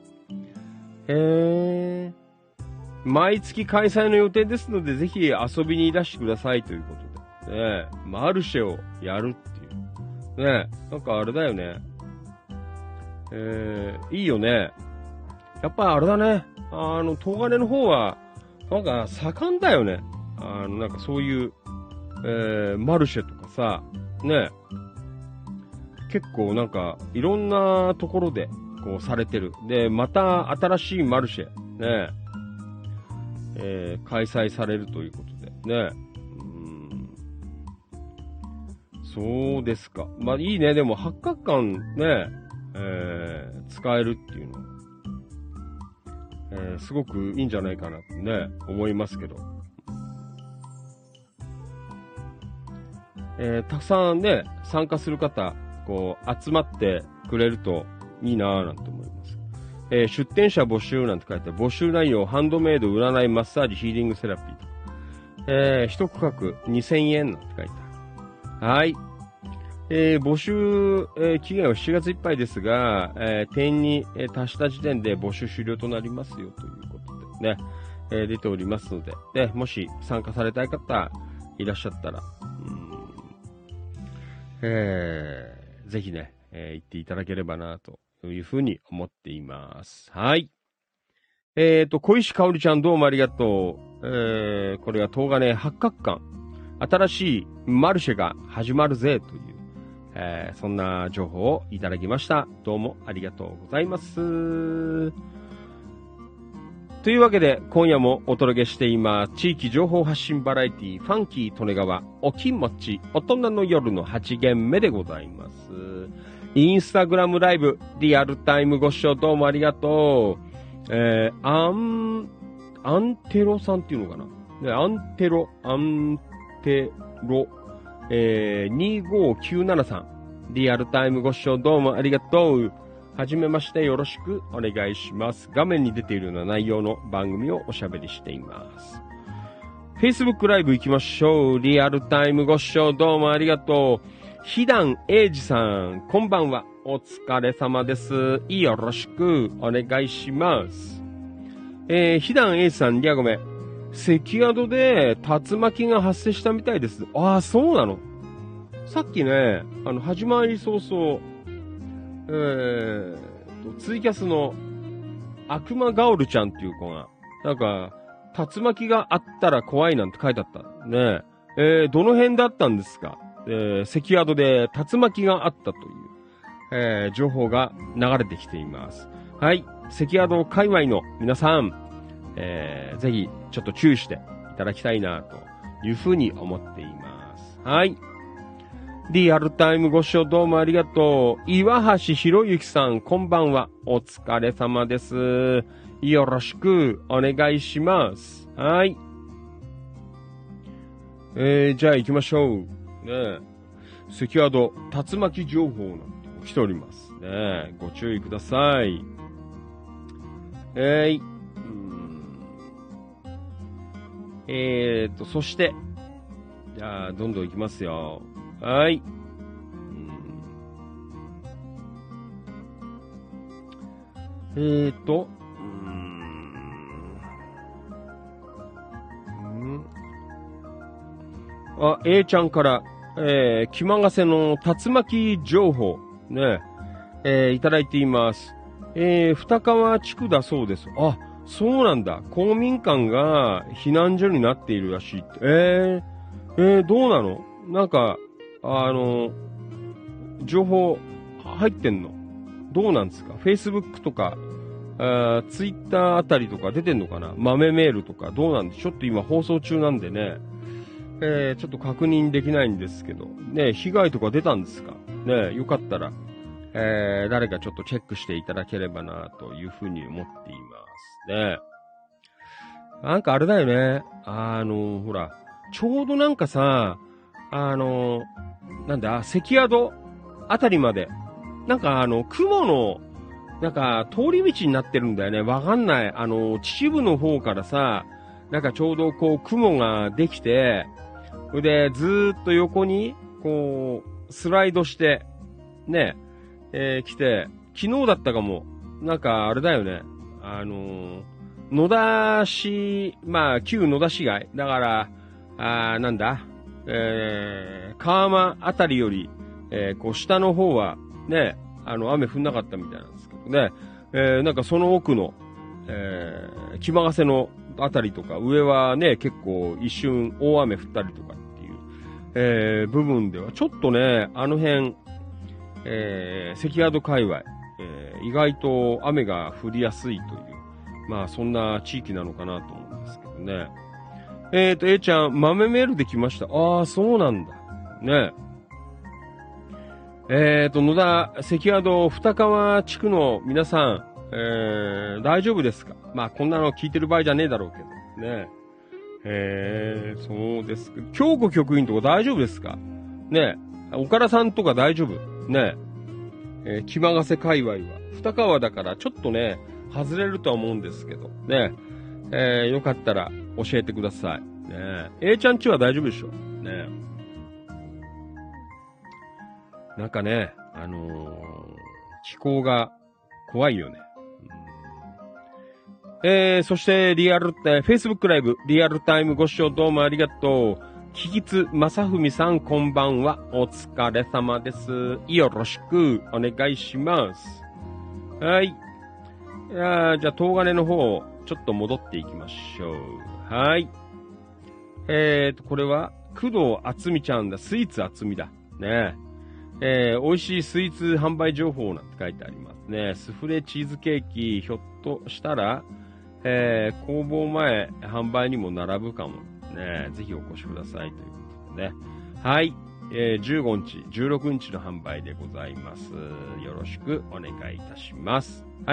A: えー、毎月開催の予定ですので、ぜひ遊びにいらしてくださいということで。ね、マルシェをやるっていう。ね、なんかあれだよね。えー、いいよね。やっぱりあれだね。あの、東金の方は、なんか盛んだよね。あの、なんかそういう、えー、マルシェとかさ、ね。結構なんか、いろんなところで、こうされてる。で、また新しいマルシェ、ね。えー、開催されるということでね。うーん、そうですか。まあいいね。でも八角館ね、えー、使えるっていうのは。 えー、すごくいいんじゃないかなってね、思いますけど。えー、たくさんね、参加する方、こう、集まってくれるといいなぁなんて思います。えー、出店者募集なんて書いてある。募集内容、ハンドメイド、占い、マッサージ、ヒーリングセラピーと。えー、一区画にせんえんなんて書いてある。はい。えー、募集、えー、期限はしちがついっぱいですが、えー、定員に、えー、達した時点で募集終了となりますよということでね、えー、出ておりますので、で、もし参加されたい方いらっしゃったら、うん、えー、ぜひね、えー、行っていただければなというふうに思っています。はい。えーと、小石かおりちゃんどうもありがとう。えー、これは東金八角館。新しいマルシェが始まるぜという、えー、そんな情報をいただきました。どうもありがとうございます。というわけで、今夜もお届けしています。地域情報発信バラエティファンキー利根川お気持ち大人の夜のはち限目でございます。インスタグラムライブリアルタイムご視聴どうもありがとう。えー、アン、アンテロさんっていうのかな、ね、アンテロ、アンテロ、えー、にごきゅうななさん。リアルタイムご視聴どうもありがとう。はじめましてよろしくお願いします。画面に出ているような内容の番組をおしゃべりしています。Facebook ライブ行きましょう。リアルタイムご視聴どうもありがとう。ひだんえいじさん、こんばんは。お疲れ様です。よろしくお願いします。えー、ひだんえいじさん、リアごめん。関宿で竜巻が発生したみたいです。ああ、そうなの。さっきね、あの、始まり早々、えーと、ツイキャスの悪魔ガオルちゃんっていう子が、なんか、竜巻があったら怖いなんて書いてあった。ねえ。えー、どの辺だったんですか？えー、関宿で竜巻があったという、えー、情報が流れてきています。はい。関宿界隈の皆さん、えー、ぜひ、ちょっと注意していただきたいな、というふうに思っています。はい。リアルタイムご視聴どうもありがとう。岩橋博之さん、こんばんは。お疲れ様です。よろしくお願いします。はい。えー、じゃあ行きましょう。ねえ。関宿、竜巻情報なんて来ておりますね。ご注意ください。えーい。えーと、そして、じゃあ、どんどん行きますよ。はい。えーと、うーん。あ、A ちゃんから、えー、気まがせの竜巻情報、ね、えー、いただいています。えー、二川地区だそうです。あ、そうなんだ。公民館が避難所になっているらしいって。えー、えー、どうなの？なんか、あの、情報入ってんの？どうなんですか？ Facebook とか、あ Twitter あたりとか出てんのかな？豆メールとかどうなんでちょっと今放送中なんでね、えー、ちょっと確認できないんですけど、ね、被害とか出たんですかね、よかったら、えー、誰かちょっとチェックしていただければな、というふうに思っていますね。なんかあれだよね、あの、ほら、ちょうどなんかさ、あの、なんだ、関宿あたりまで、なんかあの、雲の、なんか通り道になってるんだよね。わかんない。あの、秩父の方からさ、なんかちょうどこう雲ができて、で、ずーっと横に、こう、スライドして、ね、えー、来て、昨日だったかも、なんかあれだよね。あのー、野田市、まあ、旧野田市街。だから、あー、なんだ、えー、川間あたりより、えー、こう、下の方は、ね、あの、雨降んなかったみたいなんですけどね。えー、なんかその奥の、えー、気まがせのあたりとか、上はね、結構一瞬大雨降ったりとかっていう、えー、部分では、ちょっとね、あの辺、えー、関宿界隈、えー、意外と雨が降りやすいという、まあそんな地域なのかなと思うんですけどね。えーと、A ちゃん、豆メールで来ました。ああ、そうなんだ。ね。えーと、野田、関宿、二川地区の皆さん、 えー、大丈夫ですか？まあ、こんなの聞いてる場合じゃねえだろうけど。ね。えー、そうですか。京子局員とか大丈夫ですか？ね。岡田さんとか大丈夫？ね。えー、気まがせ界隈は。二川だからちょっとね、外れるとは思うんですけど。ね。えー、よかったら教えてください。ね。A ちゃんちは大丈夫でしょ？ね。なんかね、あのー、気候が怖いよね。えー、そしてリアル、えー、Facebook ライブ、リアルタイムご視聴どうもありがとう。キキツマサフミさんこんばんは。お疲れ様です。よろしくお願いします。はい。いやーじゃあ、東金の方、ちょっと戻っていきましょう。はい。えーと、これは、工藤厚美ちゃんだ。スイーツ厚美だ。ねえー、美味しいスイーツ販売情報なんて書いてありますね。スフレチーズケーキ、ひょっとしたら、えー、工房前販売にも並ぶかも。ね、ぜひお越しくださいということでね。はい。えー、じゅうごにち、じゅうろくにちの販売でございます。よろしくお願いいたします。はい。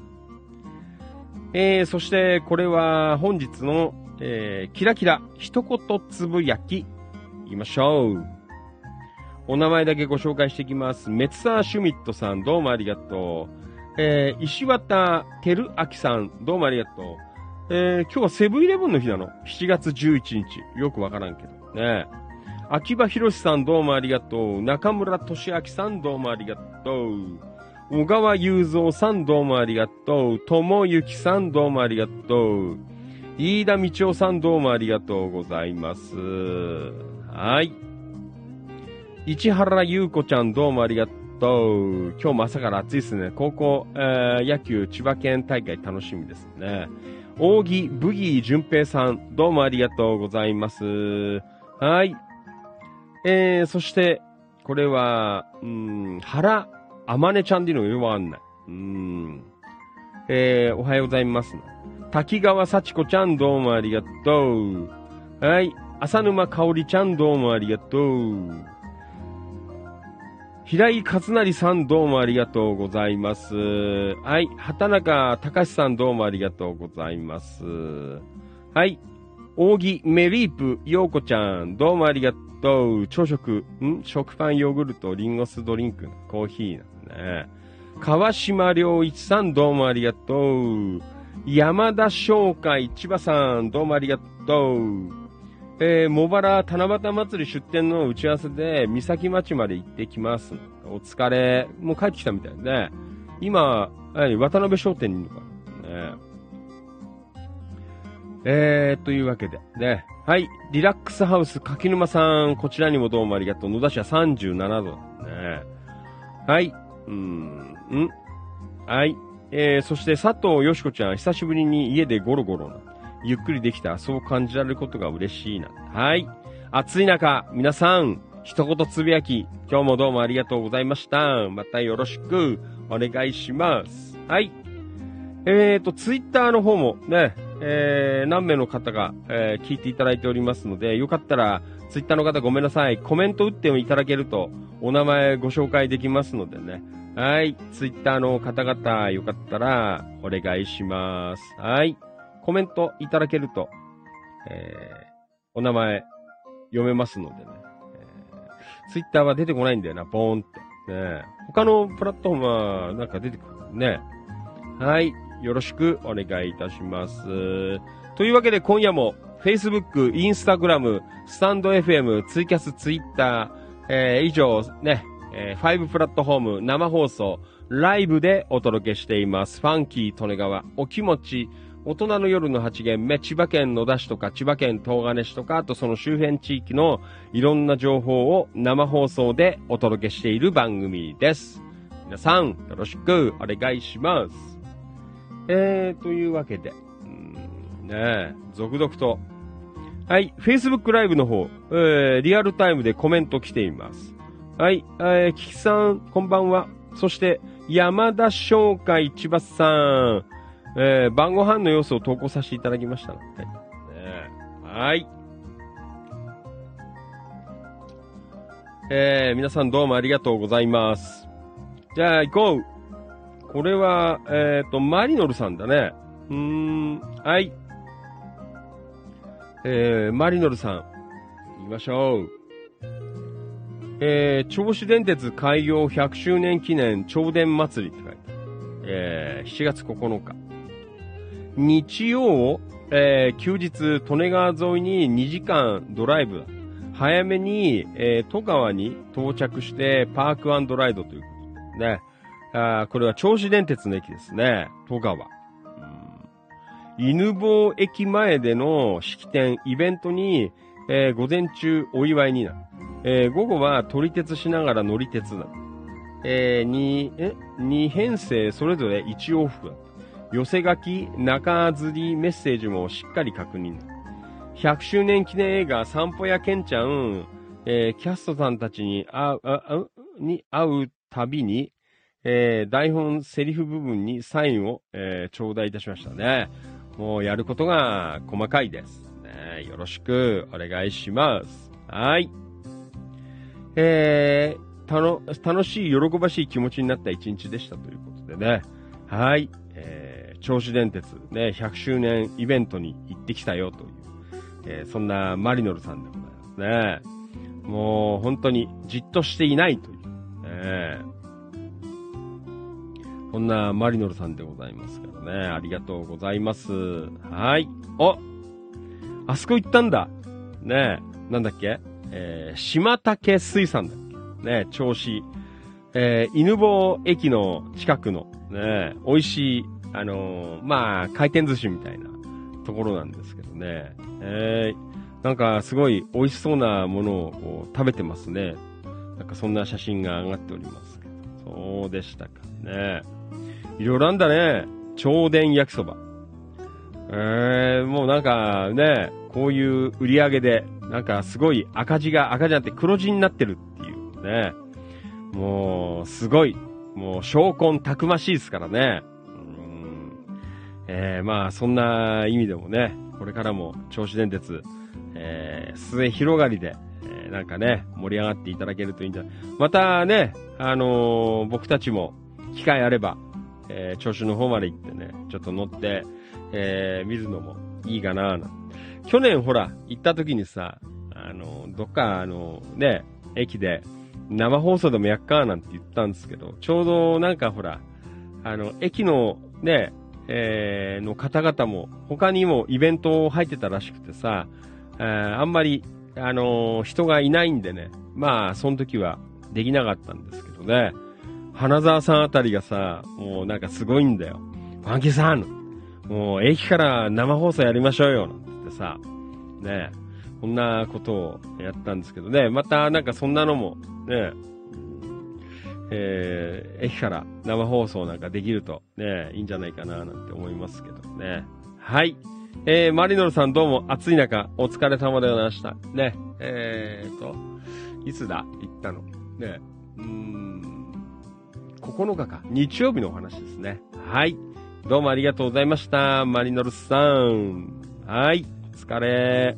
A: えー、そしてこれは本日の、えー、キラキラ一言つぶやき。言いましょう。お名前だけご紹介していきます。メツサーシュミットさん、どうもありがとう。えー、石渡照明さん、どうもありがとう。えー、今日はセブンイレブンの日なの。しちがつじゅういちにち。よくわからんけど。ね。秋葉博さん、どうもありがとう。中村俊明さん、どうもありがとう。小川雄三さん、どうもありがとう。友幸さん、どうもありがとう。飯田道夫さん、どうもありがとうございます。はい。市原優子ちゃん、どうもありがとう。今日も朝から暑いですね。高校、えー、野球千葉県大会楽しみですね。扇ブギー淳平さん、どうもありがとうございます。はい。えー、そして、これは、うーん、原あまねちゃんでいうのがよくわかんない。うーん。えー、おはようございます。滝川幸子ちゃん、どうもありがとう。はい。浅沼香織ちゃん、どうもありがとう。平井勝成さん、どうもありがとうございます。はい。畑中隆さん、どうもありがとうございます。はい。扇メリープ陽子ちゃん、どうもありがとう。朝食、ん食パンヨーグルト、リンゴ酢ドリンク、コーヒーなんね。川島良一さん、どうもありがとう。山田商会千葉さん、どうもありがとう。えー、茂原七夕祭り出店の打ち合わせで、三崎町まで行ってきます。お疲れ。もう帰ってきたみたいね。今、渡辺商店にいるのかな。ね、えー、というわけで、ね。はい。リラックスハウス柿沼さん、こちらにもどうもありがとう。野田市はさんじゅうななど。ね。はい。うーん。んはい。えー、そして佐藤よしこちゃん、久しぶりに家でゴロゴロな。ゆっくりできた。そう感じられることが嬉しいな。はい。暑い中、皆さん、一言つぶやき、今日もどうもありがとうございました。またよろしくお願いします。はい。えーと、ツイッターの方もね、えー、何名の方が、えー、聞いていただいておりますので、よかったら、ツイッターの方ごめんなさい。コメント打っていただけると、お名前ご紹介できますのでね。はい。ツイッターの方々、よかったら、お願いします。はい。コメントいただけると、えー、お名前読めますのでね。えー、ツイッターは出てこないんだよな、ボーンって。ね、他のプラットフォームはなんか出てくるね。はい。よろしくお願いいたします。というわけで今夜も Facebook、Instagram、スタンド エフエム、ツイキャス、Twitter、えー、以上ね、えー、ごプラットフォーム生放送、ライブでお届けしています。ファンキー利根川、お気持ち、大人の夜のはち限目、千葉県野田市とか千葉県東金市とか、あとその周辺地域のいろんな情報を生放送でお届けしている番組です。皆さん、よろしくお願いします。えー、というわけで、うん、ねえ、続々と、はい、Facebook ライブの方、えー、リアルタイムでコメント来ています。はい、えー、キキさん、こんばんは。そして、山田商会千葉さん、えー、晩ご飯の様子を投稿させていただきましたので、ね、はい。えー、皆さんどうもありがとうございます。じゃあ行こう。 これは、えっと、マリノルさんだね。うーん、はい。えー、マリノルさん。行きましょう。えー、銚子電鉄開業ひゃくしゅうねん記念銚電祭りって書いてある。えー、しちがつここのか。日曜、えー、休日、利根川沿いににじかんドライブ。早めに、えー、戸川に到着してパーク&ライドということでね。あこれは銚子電鉄の駅ですね。戸川。うん、犬坊駅前での式典、イベントに、えー、午前中お祝いになる。えー、午後は撮り鉄しながら乗り鉄なる。えー、に、え、に編成それぞれいち往復だ。寄せ書き、中吊りメッセージもしっかり確認。ひゃくしゅうねん記念映画散歩やケンちゃん、えー、キャストさんたちに会う、あ、あ、に会うたびに、えー、台本セリフ部分にサインを、えー、頂戴いたしましたね。もうやることが細かいです。ね、よろしくお願いします。はい。えー、たの、楽しい、喜ばしい気持ちになった一日でしたということでね。はい。えー、銚子電鉄ね、ひゃくしゅうねんイベントに行ってきたよという、えー、そんなマリノルさんでございますね。もう本当にじっとしていないという、ね、そんなマリノルさんでございますからね。ありがとうございます。はい。おあそこ行ったんだ。ねえ、なんだっけえー、島竹水産だっけねえ、銚子。えー、犬坊駅の近くのね、美味しい、あのー、まあ、回転寿司みたいなところなんですけどね。えー、なんかすごい美味しそうなものをこう食べてますね。なんかそんな写真が上がっておりますけど。そうでしたかね。いろいろあんだね。銚電焼きそば。えー、もうなんかね、こういう売り上げで、なんかすごい赤字が、赤字なんて黒字になってるっていうね。もう、すごい。もう、証拠たくましいですからね。うーんえー、まあ、そんな意味でもね、これからも、銚子電鉄、えー、末広がりで、えー、なんかね、盛り上がっていただけるといいんじゃない。またね、あのー、僕たちも、機会あれば、えー、銚子の方まで行ってね、ちょっと乗って、えー、見るのもいいかな、な。去年ほら、行った時にさ、あのー、どっか、あのー、ね、駅で、生放送でもやっかーなんて言ったんですけど、ちょうどなんかほら、あの、駅のね、えー、の方々も他にもイベント入ってたらしくてさ、えー、あんまり、あのー、人がいないんでね、まあ、その時はできなかったんですけどね、花沢さんあたりがさ、もうなんかすごいんだよ。ファンキーさんもう駅から生放送やりましょうよなんて言ってさ、ね、こんなことをやったんですけどね、またなんかそんなのもね、えー、駅から生放送なんかできるとね、いいんじゃないかななんて思いますけどね。はい。えー、マリノルさんどうも暑い中お疲れ様でございました。ね。えーと、いつだ行ったのね。うーん、ここのかか。日曜日のお話ですね。はい。どうもありがとうございました。マリノルさん。はい。お疲れ。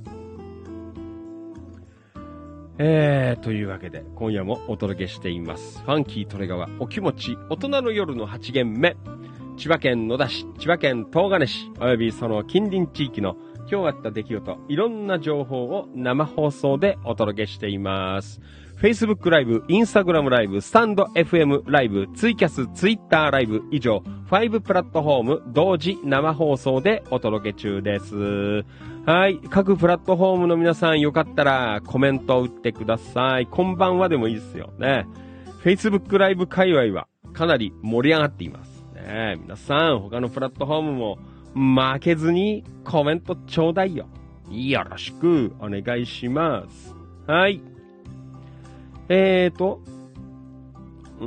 A: えー、というわけで、今夜もお届けしています。ファンキートレガワ、お気持ち、大人の夜のはち限目。千葉県野田市、千葉県東金市、およびその近隣地域の今日あった出来事、いろんな情報を生放送でお届けしています。Facebook ライブ、Instagram ライブ、スタンド エフエム ライブ、ツイキャス、Twitter ライブ以上、ごプラットフォーム同時生放送でお届け中です。はい。各プラットフォームの皆さんよかったらコメントを打ってください。こんばんはでもいいですよね。Facebook ライブ界隈はかなり盛り上がっています。ね、皆さん他のプラットフォームも負けずにコメントちょうだいよ。よろしくお願いします。はい。えーと、うん、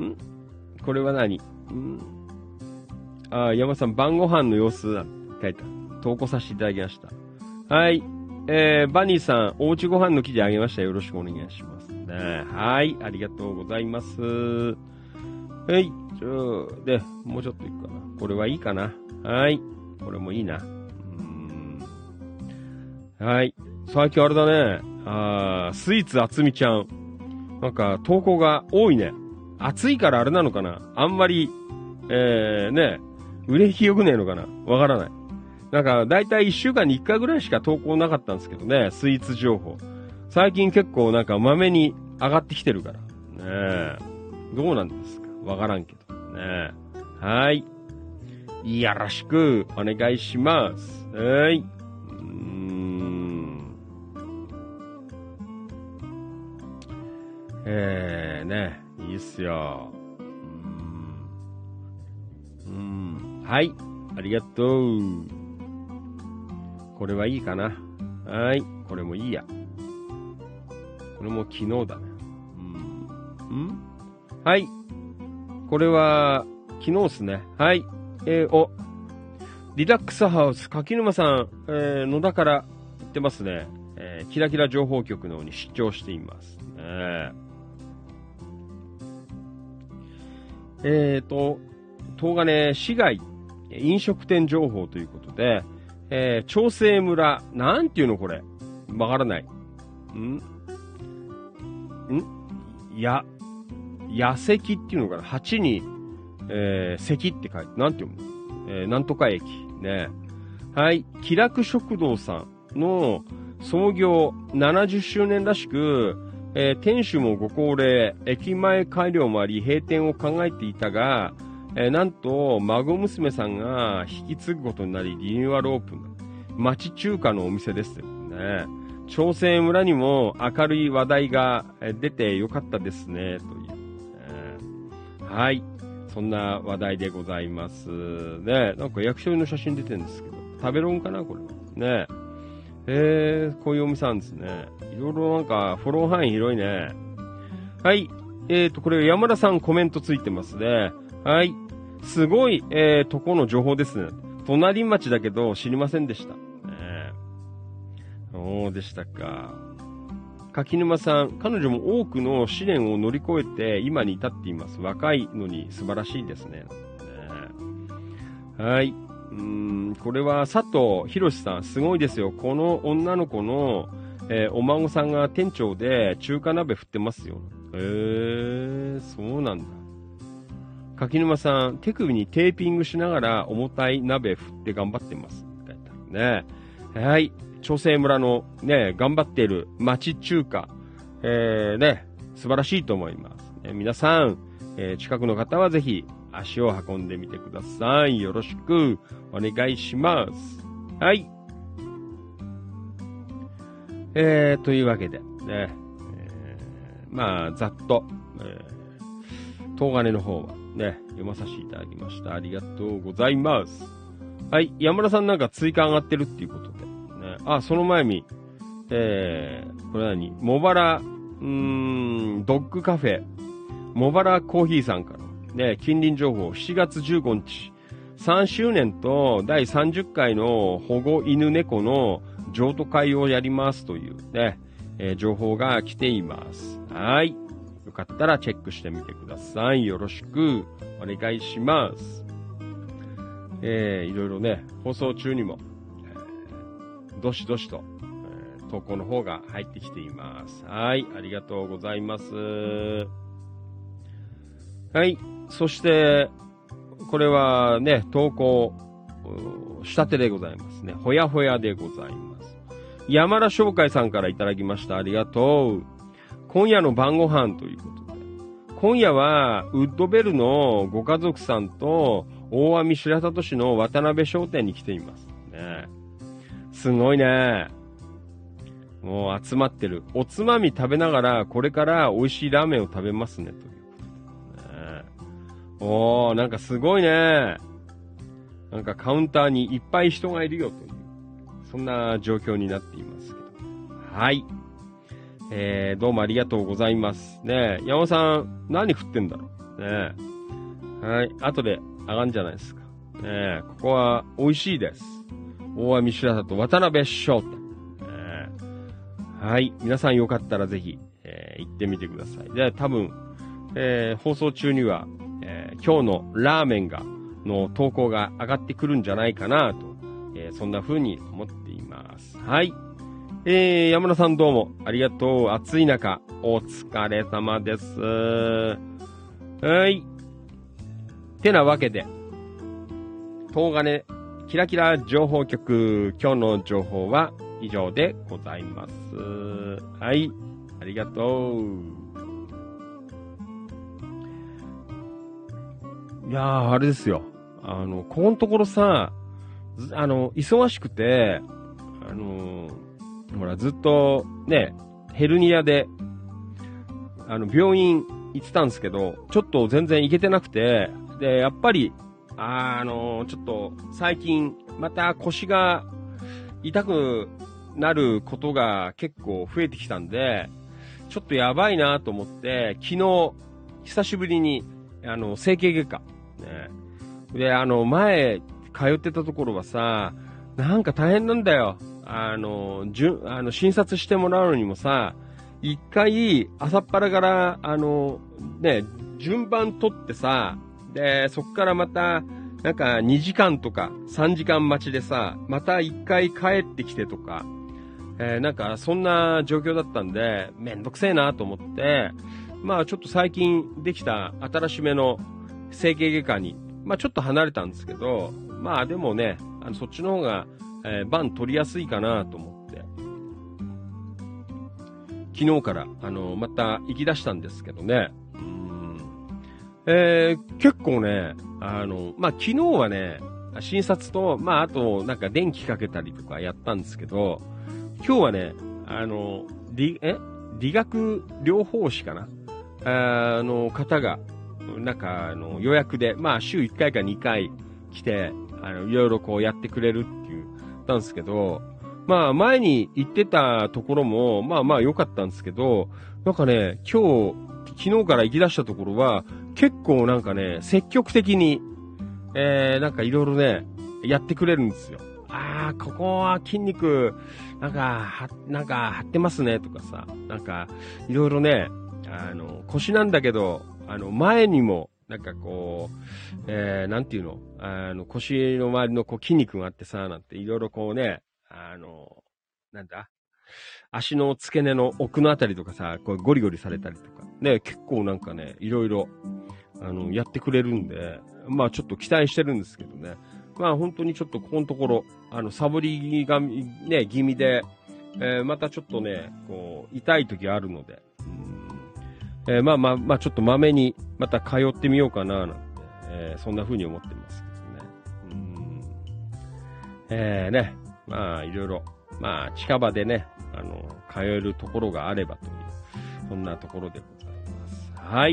A: んこれは何んあ、山さん晩ご飯の様子だって書いてある。投稿させていただきました。はい。えー、バニーさん、おうちご飯の記事あげました。よろしくお願いしますね。はい。ありがとうございます。はい。じゃあ、で、もうちょっといくかな。これはいいかな。はい。これもいいな。うーん。はい。最近あれだね。あー、スイーツあつみちゃん。なんか、投稿が多いね。暑いからあれなのかな。あんまり、 えー、ね、売れ行き良くねえのかなわからない。なんか、だいたいいっしゅうかんにいっかいぐらいしか投稿なかったんですけどね、スイーツ情報。最近結構なんかまめに上がってきてるから。ねえ。どうなんですかわからんけど。ねえ。はい。よろしくお願いします。はい。うーん。えーね、いいっすよ。うーん。うーん。はい。ありがとう。これはいいかな。はい。これもいいや。これも昨日だね。うん。んはい。これは、昨日っすね。はい。えー、お。リラックスハウス、柿沼さん、えー、野田から行ってますね。えー、キラキラ情報局の方に出張しています。えー、えーと、東金市街飲食店情報ということで、えー、長生村、なんていうのこれ。わからない。んんや、や石っていうのかな ?はち に、えー、石って書いて、なんて読むのえー、なんとか駅。ね。はい。気楽食堂さんの創業ななじゅっしゅうねんらしく、えー、店主もご高齢、駅前改良もあり、閉店を考えていたが、えー、なんと、孫娘さんが引き継ぐことになり、リニューアルオープン。町中華のお店ですよね。長生村にも明るい話題が出てよかったですね、という。えー、はい。そんな話題でございます。ね。なんか焼き鳥の写真出てるんですけど。食べロンかなこれ。ね。えー、こういうお店なんですね。いろいろなんか、フォロー範囲広いね。はい。えーと、これ山田さんコメントついてますね。はい。すごい、えー、とこの情報ですね。隣町だけど知りませんでした。ね、そうでしたか。柿沼さん、彼女も多くの試練を乗り越えて今に至っています。若いのに素晴らしいですね。ねはい。うーん、これは佐藤博さん、すごいですよ。この女の子の、えー、お孫さんが店長で中華鍋振ってますよ。へー、そうなんだ。柿沼さん、手首にテーピングしながら重たい鍋振って頑張ってます。書いてあるね。はい。長生村のね、頑張っている町中華。えー、ね、素晴らしいと思います。ね、皆さん、えー、近くの方はぜひ足を運んでみてください。よろしくお願いします。はい。えー、というわけで、ね、えー、まあ、ざっと、えー、東金の方はね、読まさせていただきました。ありがとうございます。はい。山田さんなんか追加上がってるっていうことで。ね、あ、その前に、えー、これ何茂原、うーん、ドッグカフェ、茂原コーヒーさんから、ね、近隣情報、しちがつじゅうごにち、さんしゅうねんとだいさんじゅっかいの保護犬猫の譲渡会をやりますというね、えー、情報が来ています。はい。よかったらチェックしてみてください。よろしくお願いします。えー、いろいろね、放送中にも、えー、どしどしと、えー、投稿の方が入ってきています。はい。ありがとうございます。はい。そして、これはね、投稿、したてでございますね。ほやほやでございます。山田商会さんからいただきました。ありがとう。今夜の晩ご飯ということで。今夜は、ウッドベルのご家族さんと、大網白里市の渡辺商店に来ています。ね。すごいね。もう集まってる。おつまみ食べながら、これから美味しいラーメンを食べますね。ということで、ね。おー、なんかすごいね。なんかカウンターにいっぱい人がいるよという、そんな状況になっていますけど。はい。えー、どうもありがとうございます。ねえ、山尾さん、何振ってんだろうねえ。はい。後で上がんじゃないですか。ねえ、ここは美味しいです。大網白里渡辺商店。ねえ、はい。皆さんよかったらぜひ、えー、行ってみてください。で、多分、えー、放送中には、えー、今日のラーメンが、の投稿が上がってくるんじゃないかなと、えー、そんな風に思っています。はい。えー、山田さんどうもありがとう。暑い中、お疲れ様です。はい。 てなわけで、東金キラキラ情報局、今日の情報は以上でございます。はい、ありがとう。いやー、あれですよ。あの、ここのところさ、あの、忙しくて、あのー、ほら、ずっと、ね、ヘルニアで、あの、病院行ってたんですけど、ちょっと全然行けてなくて、で、やっぱり、あのー、ちょっと、最近、また腰が痛くなることが結構増えてきたんで、ちょっとやばいなと思って、昨日、久しぶりに、あの、整形外科、ね。で、あの、前、通ってたところはさ、なんか大変なんだよ。あの、じゅ、あの、診察してもらうのにもさ、一回、朝っぱらから、あの、ね、順番取ってさ、で、そっからまた、なんかにじかんとかさんじかん待ちでさ、また一回帰ってきてとか、えー、なんかそんな状況だったんで、めんどくせえなと思って、まあちょっと最近できた新しめの整形外科に、まあちょっと離れたんですけど、まあでもね、あのそっちの方が、えー、番取りやすいかなと思って、昨日からあのまた行き出したんですけどね、うーん、えー、結構ね、あの、まあ昨日はね、診察と、まああとなんか電気かけたりとかやったんですけど、今日はね、あの、理、え理学療法士かなあの方が、なんかあの予約で、まあ週いっかいかにかい来て、あの、いろいろこうやってくれるっていう、たんですけど、まあ前に行ってたところも、まあまあ良かったんですけど、なんかね、今日、昨日から行き出したところは、結構なんかね、積極的に、えー、なんかいろいろね、やってくれるんですよ。あー、ここは筋肉、なんか、は、なんか張ってますねとかさ、なんか、いろいろね、あの、腰なんだけど、あの、前にも、なんかこう、えー、なんていうの、あの、腰の周りのこう筋肉があってさ、なんていろいろこうね、あの、なんだ、足の付け根の奥のあたりとかさ、こうゴリゴリされたりとか、ね、結構なんかね、いろいろ、あの、やってくれるんで、まあちょっと期待してるんですけどね。まあ本当にちょっとここのところ、あの、サボりがね、気味で、えー、またちょっとね、こう、痛い時あるので、うん、えー、まあまあまあちょっとまめにまた通ってみようかな、なんて、えー、そんな風に思ってますけどね。うん、えー、ね、まあいろいろ、まあ近場でね、あの、通えるところがあればという、そんなところでございます。はい。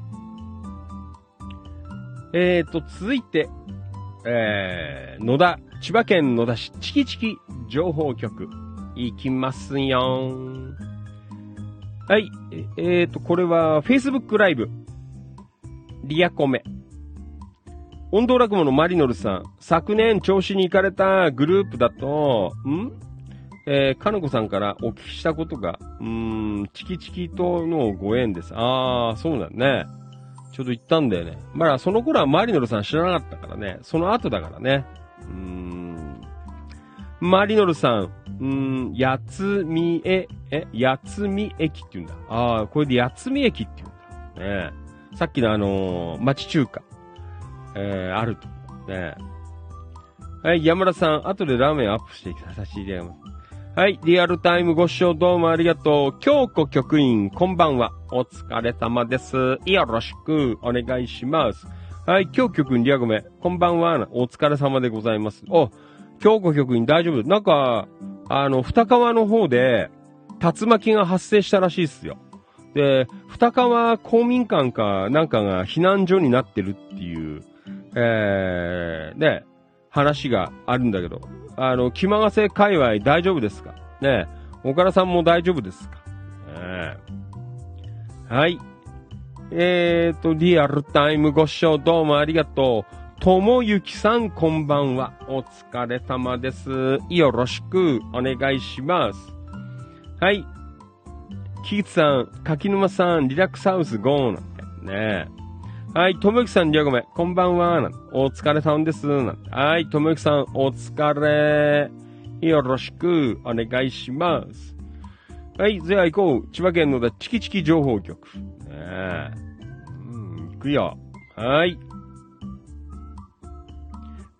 A: えーと、続いて、えー、野田、千葉県野田市チキチキ情報局、行きますよー。はい。えーと、これは Facebook ライブ、リアコメ。音頭落語のマリノルさん、昨年調子に行かれたグループだと、んえー、かのこさんからお聞きしたことが、うーん、チキチキとのご縁です。あー、そうだね。ちょうど行ったんだよね。まだその頃はマリノルさん知らなかったからね。その後だからね。うーん。マリノルさん、うーん、やつみえ、え、やつみ駅って言うんだ。ああ、これでやつみ駅って言うんだ。ねさっきのあのー、町中華、えー、あると。ねはい、山田さん、後でラーメンアップしてさせていただきます。はい、リアルタイムご視聴どうもありがとう。京子局員、こんばんは。お疲れ様です。よろしくお願いします。はい、京子局員、リアゴメ、こんばんは。お疲れ様でございます。お、京子局員大丈夫？なんか、あの、二川の方で、竜巻が発生したらしいっすよ。で、二川公民館かなんかが避難所になってるっていう、えー、ね、話があるんだけど、あの、気まがせ界隈大丈夫ですかねえ、岡田さんも大丈夫ですか、ね、はい。えーと、リアルタイムご視聴どうもありがとう。ともゆきさんこんばんは。お疲れ様です。よろしくお願いします。はい。キーツさん、柿沼さん、リラックスハウスゴーなんてね。はい、ともゆきさん、りゃごめ、こんばんは。お疲れさんです。はい、ともゆきさん、お疲れ。よろしくお願いします。はい、じゃあ行こう。千葉県のだチキチキ情報局。ねえ。うん、行くよ。はい。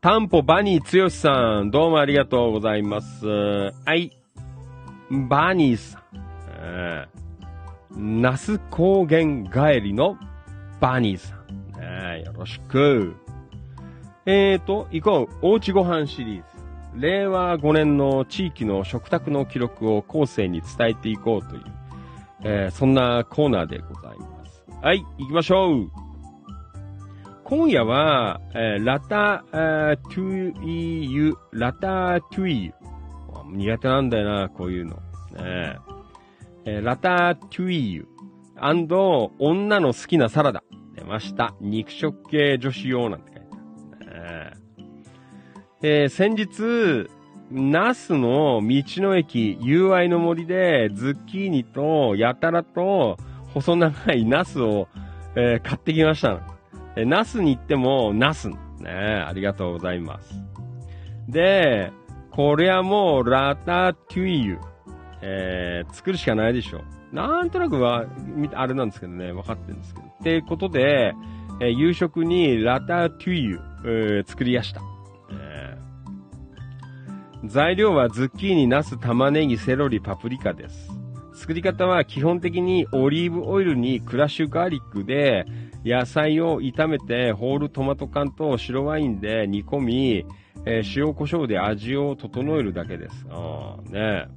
A: タンポバニーつよしさん、どうもありがとうございます。はい。バニーさん。えー、那須高原帰りのバニーさん。ね、よろしく。えーと、行こう。おうちごはんシリーズ。れいわごねんの地域の食卓の記録を後世に伝えていこうという、えー、そんなコーナーでございます。はい、行きましょう。今夜は、えー、ラタートゥイユ、ラタートゥイユ。苦手なんだよな、こういうの。ねえー、ラタートゥイユ。女の好きなサラダ。出ました。肉食系女子用なんて書いてある。ねえー、先日、ナスの道の駅、友愛の森で、ズッキーニと、やたらと、細長いナスを、えー、買ってきました。えー、ナスに行っても、ナス。ねありがとうございます。で、これはもう、ラタトゥイユ。えー、作るしかないでしょ。なんとなくは、あれなんですけどね、分かってるんですけど。ってことで、えー、夕食にラタトゥイユ、えー、作りやした。えー、材料はズッキーニ、ナス、玉ねぎ、セロリ、パプリカです。作り方は基本的にオリーブオイルにクラッシュガーリックで野菜を炒めてホールトマト缶と白ワインで煮込み、えー、塩コショウで味を整えるだけです。あーね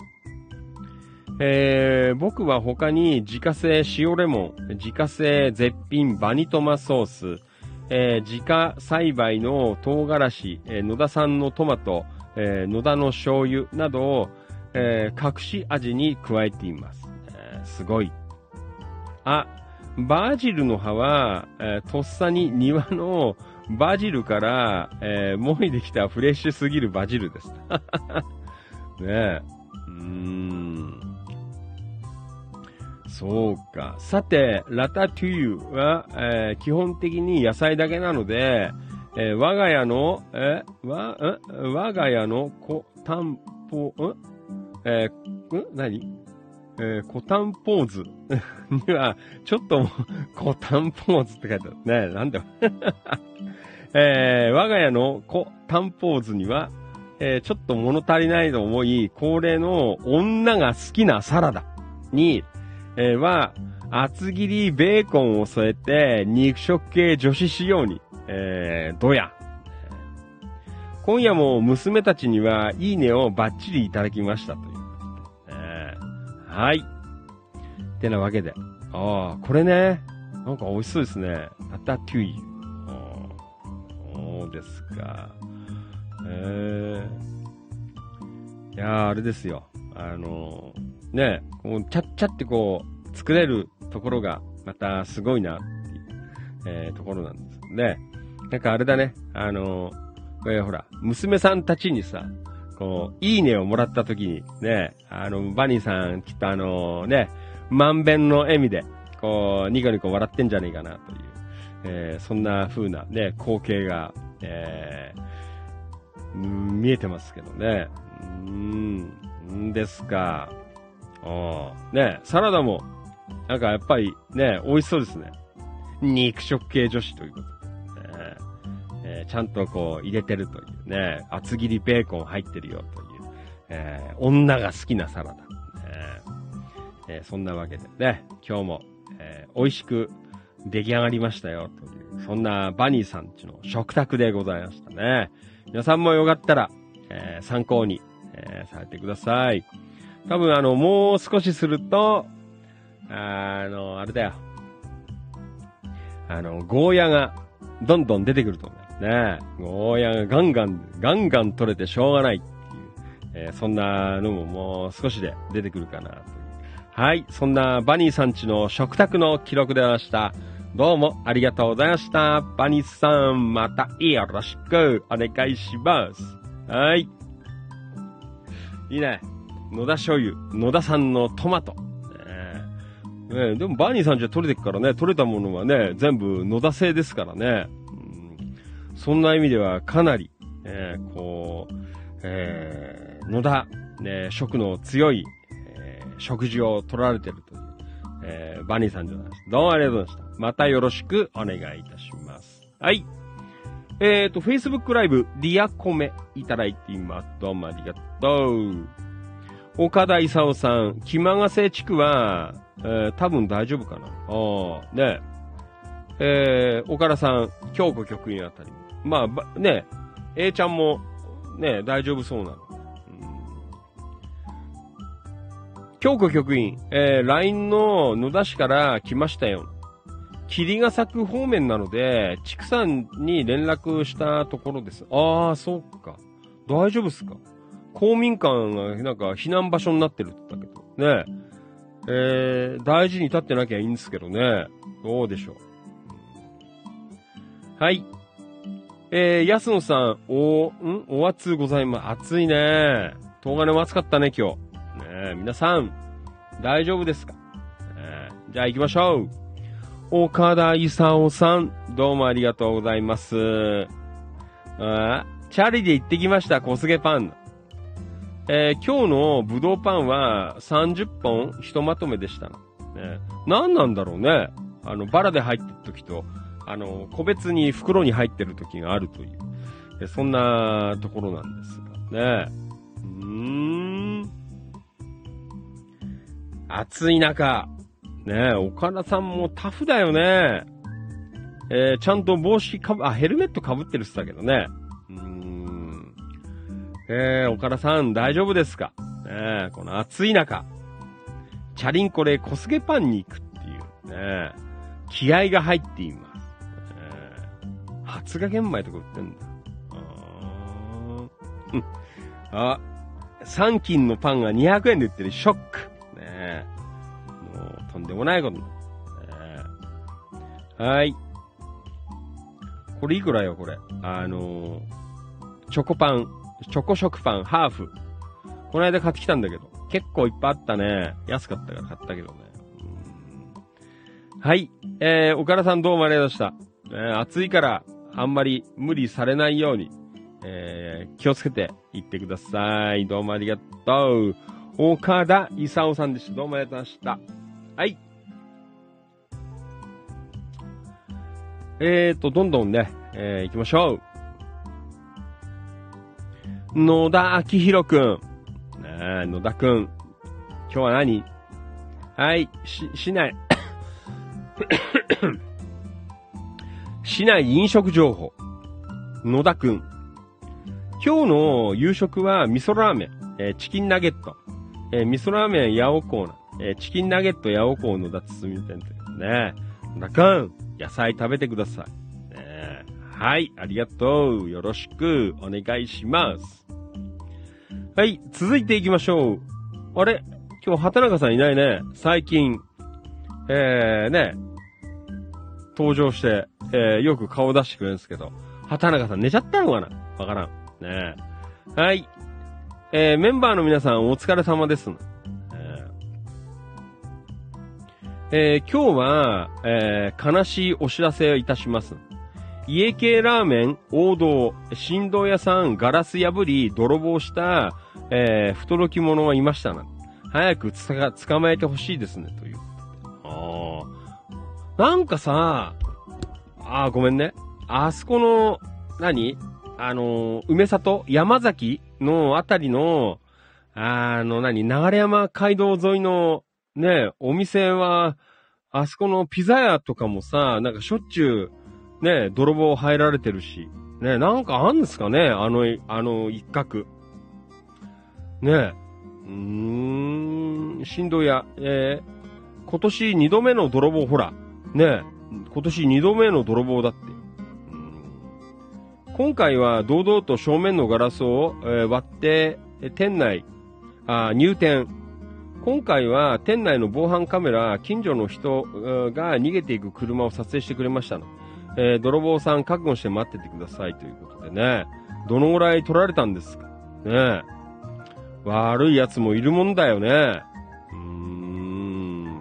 A: えー、僕は他に自家製塩レモン、自家製絶品バニトマソース、えー、自家栽培の唐辛子、えー、野田産のトマト、えー、野田の醤油などを、えー、隠し味に加えています。えー、すごい。あ、バジルの葉は、えー、とっさに庭のバジルから、えー、もいできたフレッシュすぎるバジルです。ねえ。うーん。そうか。さて、ラタトゥイユは、えー、基本的に野菜だけなので、えー、我が家の、えー、わ、え我が家のこ、たんぽ、んえー、ん何えー、コタンポーズには、ちょっと、コタンポーズって書いてある。ねなんでえー、我が家のコタンポーズには、えー、ちょっと物足りないと思い、恒例の女が好きなサラダに、えー、は、厚切りベーコンを添えて、肉食系女子仕様に、えー、どや。今夜も娘たちには、いいねをバッチリいただきましたという。えー、はい。ってなわけで。ああ、これね。なんか美味しそうですね。ラタトゥイユ。そうですか。えー。いやー、あれですよ。あのー、ね、こう、ちゃっちゃってこう、作れるところが、またすごいな、っていう、えー、ところなんですね。なんかあれだね、あのー、これほら、娘さんたちにさ、こう、いいねをもらった時に、ね、あの、バニーさん、きっとあのー、ね、満遍の笑みで、こう、ニコニコ笑ってんじゃねえかな、という、えー、そんな風なね、光景が、えー、見えてますけどね。うーん、んですか。ああ、ね、サラダも、なんかやっぱりね、美味しそうですね。肉食系女子ということで、ねえー、ちゃんとこう入れてるというね、厚切りベーコン入ってるよという、えー、女が好きなサラダ、ねえー、そんなわけでね、今日も、えー、美味しく出来上がりましたよという、そんなバニーさんちの食卓でございましたね。皆さんもよかったら、えー、参考に、えー、されてください。多分あの、もう少しすると、あの、あれだよ。あの、ゴーヤがどんどん出てくると思うね。ゴーヤがガンガン、ガンガン取れてしょうがないっていう、えー、そんなのももう少しで出てくるかなという。はい、そんなバニーさんちの食卓の記録でました。どうもありがとうございました。バニーさん、またよろしくお願いします。はい。いいね。野田醤油、野田産のトマト。ね、でもバーニーさんじゃ取れてくからね、取れたものはね、全部野田製ですからね。うん、そんな意味ではかなり、えー、こう、えー、野田、ね、食の強い、えー、食事を取られてるという、えー、バーニーさんじゃないです。どうもありがとうございました。またよろしくお願いいたします。はい。 えっと、Facebook ライブ、リアコメいただいています。どうもありがとう。岡田勲さん、気まがせ地区は、えー、多分大丈夫かな。ああ、ねえ。えー、岡田さん、京子局員あたり。まあ、ばねえ、A ちゃんも、ね大丈夫そうなの。京子局員、えー、ライン の野田市から来ましたよ。霧が咲く方面なので、畜産に連絡したところです。ああ、そうか。大丈夫っすか。公民館がなんか避難場所になってるって言ったけど。ねえー、大事に立ってなきゃいいんですけどね。どうでしょう。はい。えー、安野さん、お、んお暑ございます。暑いね。東金も暑かったね、今日。ねえ、皆さん、大丈夫ですか、えー、じゃあ行きましょう。岡田勲さん、どうもありがとうございます。あチャリで行ってきました、小菅パン。えー、今日のぶどうパンはさんじゅっぽんひとまとめでした、ね。何なんだろうね。あの、バラで入ってる時と、あの、個別に袋に入ってる時があるという、そんなところなんですがね。うーん。暑い中、ねえ、岡田さんもタフだよね。えー、ちゃんと帽子かぶ、あ、ヘルメットかぶってるって言ったけどね。うーん。えー、岡田さん大丈夫ですかねえ、この暑い中、チャリンコで小菅パンに行くっていうね、気合が入っています。えー、発芽玄米とか売ってんだ。あー、あ、三斤のパンがにひゃくえんで売ってる。ショック。ねえ。もう、とんでもないことになる。ね、はい。これいくらよ、これ。あのー、チョコパン、チョコ食パン、ハーフ。この間買ってきたんだけど。結構いっぱいあったね。安かったから買ったけどね。うん、はい。えー、岡田さんどうもありがとうございました。えー、暑いから、あんまり無理されないように、えー、気をつけていってください。どうもありがとう。岡田勲さんでした。どうもありがとうございました。はい。えーと、どんどんね、えー、行きましょう。野田明宏くん。ねえ、野田くん。今日は何？はい、し、市内。市内飲食情報。野田くん。今日の夕食は味噌ラーメン、えー、チキンナゲット。えー、味噌ラーメンヤオコーな、えー、チキンナゲットヤオコーのだつみ店というね。野田くん、野菜食べてください。ね、はい、ありがとう。よろしくお願いします。はい、続いていきましょう。あれ？今日畑中さんいないね。最近、えー、ね、登場して、えー、よく顔出してくれるんですけど、畑中さん寝ちゃったのかな？わからん。ね。はい。えー、メンバーの皆さんお疲れ様です。えー、今日は、えー、悲しいお知らせをいたします。家系ラーメン王道、新道屋さんガラス破り泥棒した、えー、不届き者はいましたな。早くつか捕まえてほしいですね、という。ああ。なんかさ、ああ、ごめんね。あそこの、何あの、梅里山崎のあたりの、あの、何流山街道沿いの、ね、お店は、あそこのピザ屋とかもさ、なんかしょっちゅう、ね、泥棒入られてるし、ね、なんかあんですかね、あの、あの一角。ね、うーん、新道屋、えー、今年二度目の泥棒、ほら、ね、今年二度目の泥棒だって。今回は堂々と正面のガラスを、えー、割って、店内、あ、入店。今回は店内の防犯カメラ、近所の人が逃げていく車を撮影してくれましたの。えー、泥棒さん覚悟して待っててくださいということでね。どのぐらい取られたんですかね。悪い奴もいるもんだよね。うーん。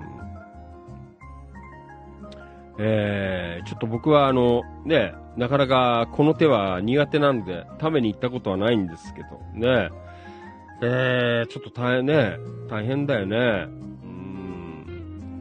A: えー、ちょっと僕はあの、ね、なかなかこの手は苦手なので、食べに行ったことはないんですけど、ね。えー、ちょっと大変ね。大変だよね。うーん。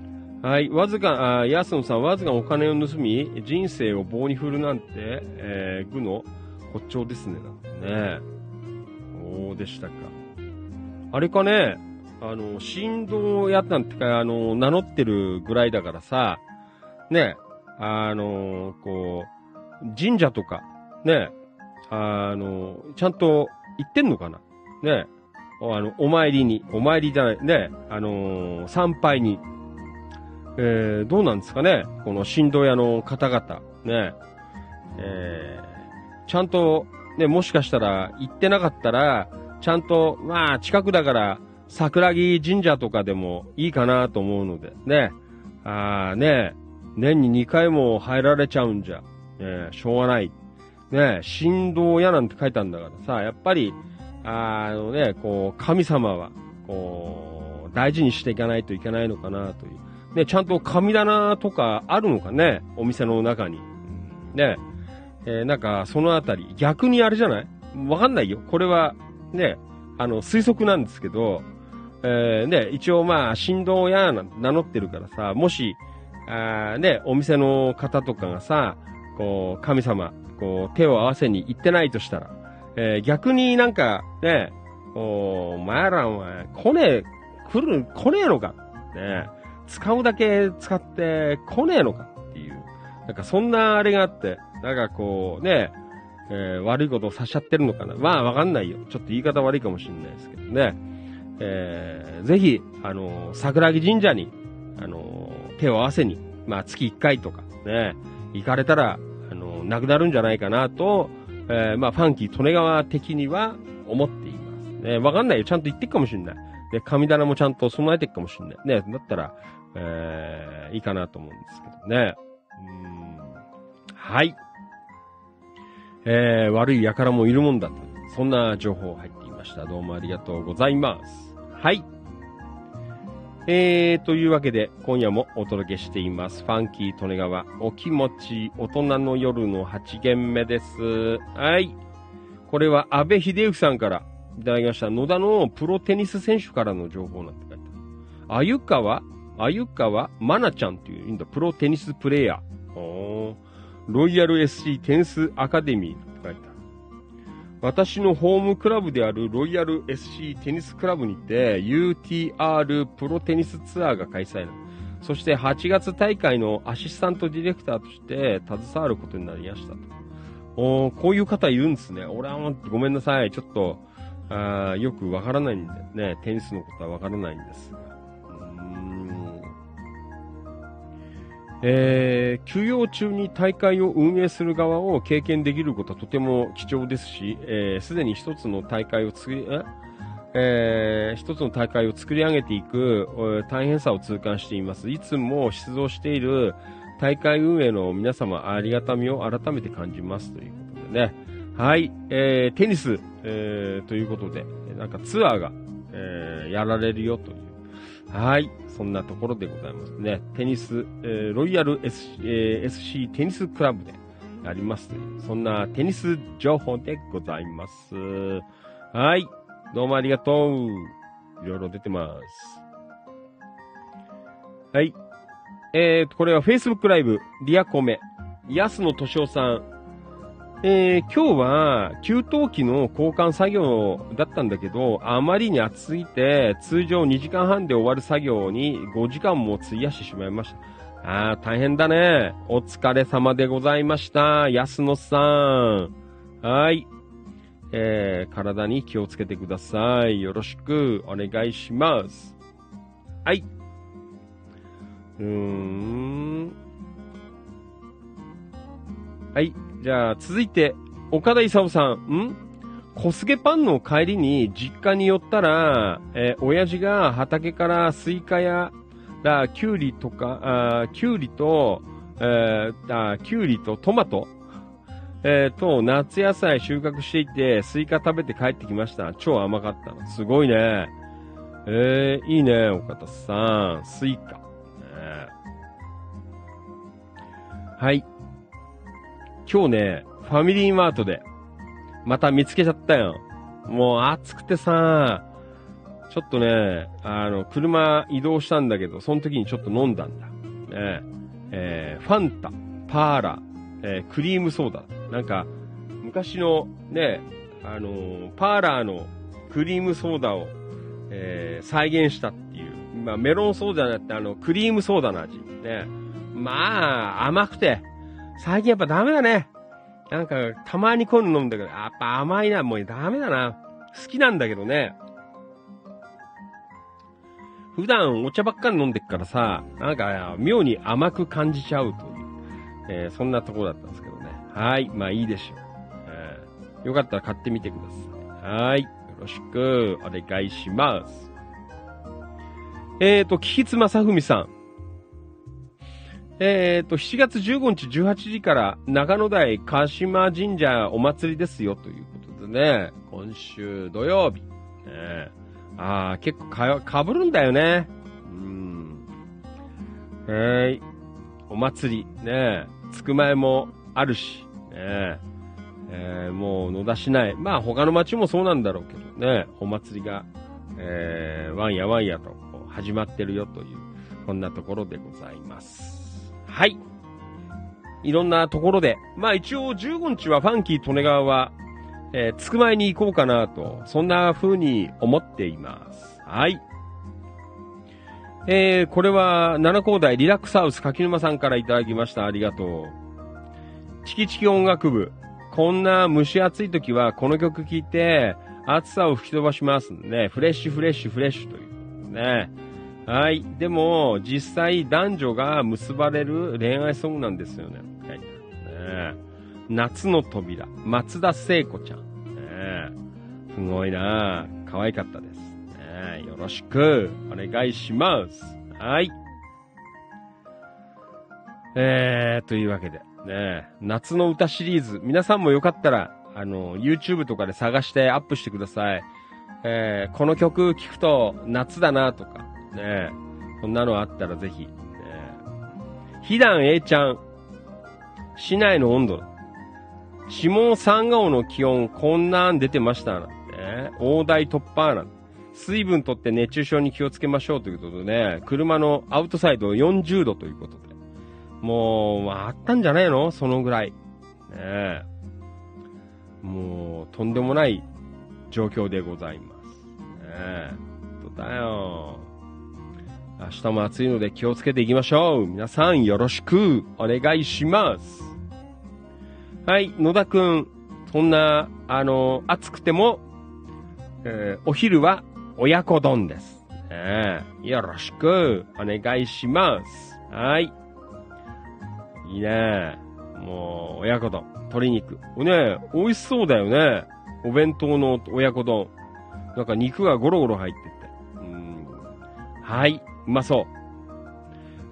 A: はい。わずか、あ、ヤスノさん、わずかお金を盗み、人生を棒に振るなんて、えー、愚の骨頂ですね、なんてね。そうでしたか。あれかね、あの、神道屋なんてか、あの、名乗ってるぐらいだからさ、ね、あの、こう、神社とか、ね、あの、ちゃんと行ってんのかなね、あの、お参りに、お参りじゃない、ね、あの、参拝に、えー、どうなんですかね、この神道屋の方々、ね、えー、ちゃんと、ね、もしかしたら行ってなかったら、ちゃんと、まあ、近くだから、桜木神社とかでもいいかなと思うので、ね。あーね、年ににかいも入られちゃうんじゃ、ね、しょうがない。ね、神道屋なんて書いたんだからさ、やっぱり、あのね、こう、神様は、こう、大事にしていかないといけないのかなという。ね、ちゃんと神棚とかあるのかね、お店の中に。ね、えー、なんか、そのあたり、逆にあれじゃない？わかんないよ。これは、ね、あの、推測なんですけど、えー、ね、一応まあ、神道屋な名乗ってるからさ、もし、あね、お店の方とかがさ、こう、神様、こう、手を合わせに行ってないとしたら、えー、逆になんか、ね、こう、お前らお前、来ねえ、来る、来ねえのか、ね、使うだけ使って来ねえのかっていう、なんかそんなあれがあって、なんかこう、ね、えー、悪いことをさしちゃってるのかな。まあ、わかんないよ。ちょっと言い方悪いかもしれないですけどね。えー、ぜひ、あのー、桜木神社に、あのー、手を合わせに、まあ、月いっかいとか、ね、行かれたら、あのー、なくなるんじゃないかなと、えー、まあ、ファンキー利根川的には思っていますね。わかんないよ。ちゃんと言ってくかもしれない。で、神棚もちゃんと備えていくかもしれない。ね、だったら、えー、いいかなと思うんですけどね。うーん、はい。えー、悪い輩もいるもんだと。そんな情報入っていました。どうもありがとうございます。はい。えー、というわけで、今夜もお届けしています。ファンキー利根川、お気持ち、大人の夜のはち限目です。はい。これは安倍秀幸さんからいただきました。野田のプロテニス選手からの情報なんて書いてある。あゆかわ、あゆかわまなちゃんっていう、プロテニスプレイヤー。おー。ロイヤル エスシー テニスアカデミーって書いてある。私のホームクラブであるロイヤル エスシー テニスクラブにて ユーティーアール プロテニスツアーが開催な。そしてはちがつ大会のアシスタントディレクターとして携わることになりましたと。おー、こういう方いるんですね。俺はもうごめんなさい。ちょっと、あーよくわからないんでね、テニスのことはわからないんですが。えー、休養中に大会を運営する側を経験できることはとても貴重ですし、えー、すでに一つの大会を作り、えー、一つの大会を作り上げていく、えー、大変さを痛感しています。いつも出場している大会運営の皆様、ありがたみを改めて感じますということでね。はい、えー、テニス、えー、ということで、なんかツアーが、えー、やられるよという。はい。そんなところでございますね。テニス、えー、ロイヤル S、えー、エスシー テニスクラブでありますという、そんなテニス情報でございます。はい。どうもありがとう。いろいろ出てます。はい。えーと、これは Facebook ライブ、リアコメ、安野敏夫さん。えー、今日は給湯器の交換作業だったんだけど、あまりに暑すぎて、通常にじかんはんで終わる作業にごじかんも費やしてしまいました。ああ、大変だね。お疲れ様でございました。安野さん。はい。えー、体に気をつけてください。よろしくお願いします。はい。うーん。はい。じゃあ、続いて、岡田勲さん。ん小菅パンの帰りに実家に寄ったら、えー、親父が畑からスイカや、だ、キュウリとか、あキュウリと、えー、だ、キュウリとトマト、えー、と、夏野菜収穫していて、スイカ食べて帰ってきました。超甘かった。すごいね。えー、いいね、岡田さん。スイカ。ね、はい。今日ね、ファミリーマートで、また見つけちゃったよ。もう暑くてさ、ちょっとね、あの、車移動したんだけど、その時にちょっと飲んだんだ。 ね、えー、ファンタ、パーラ、えー、クリームソーダ。なんか、昔のね、あのー、パーラーのクリームソーダを、えー、再現したっていう。まあ、メロンソーダじゃなくて、あの、クリームソーダの味。ね。まあ、甘くて、最近やっぱダメだね。なんか、たまにこういうの飲んだけど、やっぱ甘いな、もうダメだな。好きなんだけどね。普段お茶ばっかり飲んでっからさ、なんか、妙に甘く感じちゃうという、えー、そんなところだったんですけどね。はい。まあいいでしょう。えー、よかったら買ってみてください。はい。よろしくお願いします。えーと、キキツマサフミさん。えーと、しちがつじゅうごにちじゅうはちじから長野台鹿島神社お祭りですよということでね、今週土曜日。ね、ああ、結構か、かぶるんだよね。うん。えー、お祭り、ね、つくまえもあるし、ね、えー、もう野田市内、まあ他の町もそうなんだろうけどね、お祭りが、えー、ワンやワンやと始まってるよという、こんなところでございます。はい。いろんなところで。まあ一応じゅうごにちはファンキー利根川は、えー、つくまえに行こうかなと、そんな風に思っています。はい。えー、これは、七高台リラックスハウス柿沼さんからいただきました。ありがとう。チキチキ音楽部。こんな蒸し暑い時はこの曲聴いて、暑さを吹き飛ばしますね。フレッシュフレッシュフレッシュというね。はい。でも、実際男女が結ばれる恋愛ソングなんですよね。はい、ね、夏の扉。松田聖子ちゃん。ね、すごいなぁ。可愛かったです、ね。よろしくお願いします。はい。えー、というわけで、ね、夏の歌シリーズ。皆さんもよかったら、あの、YouTube とかで探してアップしてください。えー、この曲聴くと夏だなとか。ねえ、こんなのあったらぜひ。ね、ひだん A ちゃん。市内の温度。下三ヶ尾の気温、こんなん出てましたなんて、ね。大台突破なんて。水分取って熱中症に気をつけましょうということでね。車のアウトサイドよんじゅうどということで。もう、まあ、あったんじゃないのそのぐらい。ねえ。もう、とんでもない状況でございます。ねえ。どうだよ。明日も暑いので気をつけていきましょう。皆さんよろしくお願いします。はい、野田くん。そんな、あの、暑くても、えー、お昼は親子丼です、ね。よろしくお願いします。はい。いいね。もう、親子丼。鶏肉。ね、美味しそうだよね。お弁当の親子丼。なんか肉がゴロゴロ入ってて。うん。はい。うまそう。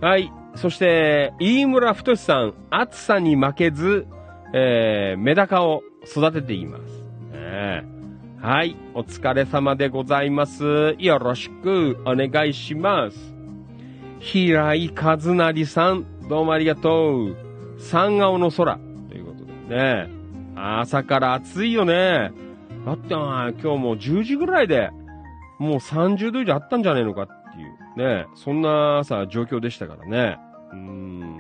A: はい。そして、飯村太さん、暑さに負けず、えー、メダカを育てています。ね、はい。お疲れ様でございます。よろしくお願いします。平井和成さん、どうもありがとう。三顔の空、ということでね。朝から暑いよね。だって今日もうじゅうじぐらいで、もうさんじゅうど以上あったんじゃねえのかっていう。ね、そんなさ、状況でしたからね。うーん。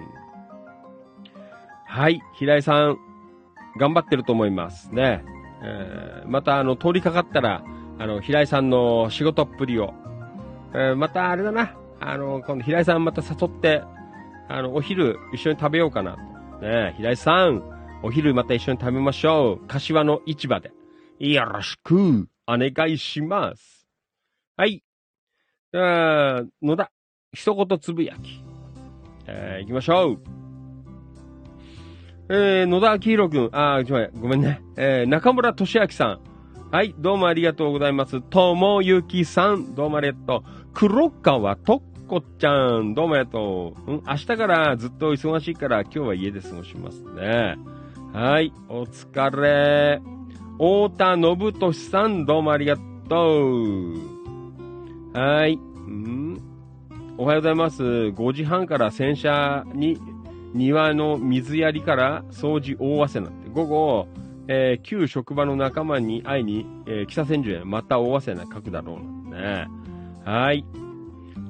A: はい、平井さん、頑張ってると思いますね。えー、また、あの、通りかかったら、あの、平井さんの仕事っぷりを、えー、また、あれだな、あの、今度平井さんまた誘って、あの、お昼一緒に食べようかなと。ね、平井さん、お昼また一緒に食べましょう。柏の市場で。よろしく、お願いします。はい。じゃあ、野田、一言つぶやき。えー、行きましょう。えー、野田明宏くん、あー、ごめんね。えー、中村俊明さん。はい、どうもありがとうございます。ともゆきさん、どうもありがとう。黒川とっこちゃん、どうもありがとう。うん、明日からずっと忙しいから、今日は家で過ごしますね。はい、お疲れ。太田信俊さん、どうもありがとう。はい。んおはようございます。ごじはんから洗車に、庭の水やりから掃除大汗なんて。午後、えー、旧職場の仲間に会いに、えー、北千住へまた大汗な書くだろうなんてね。はい。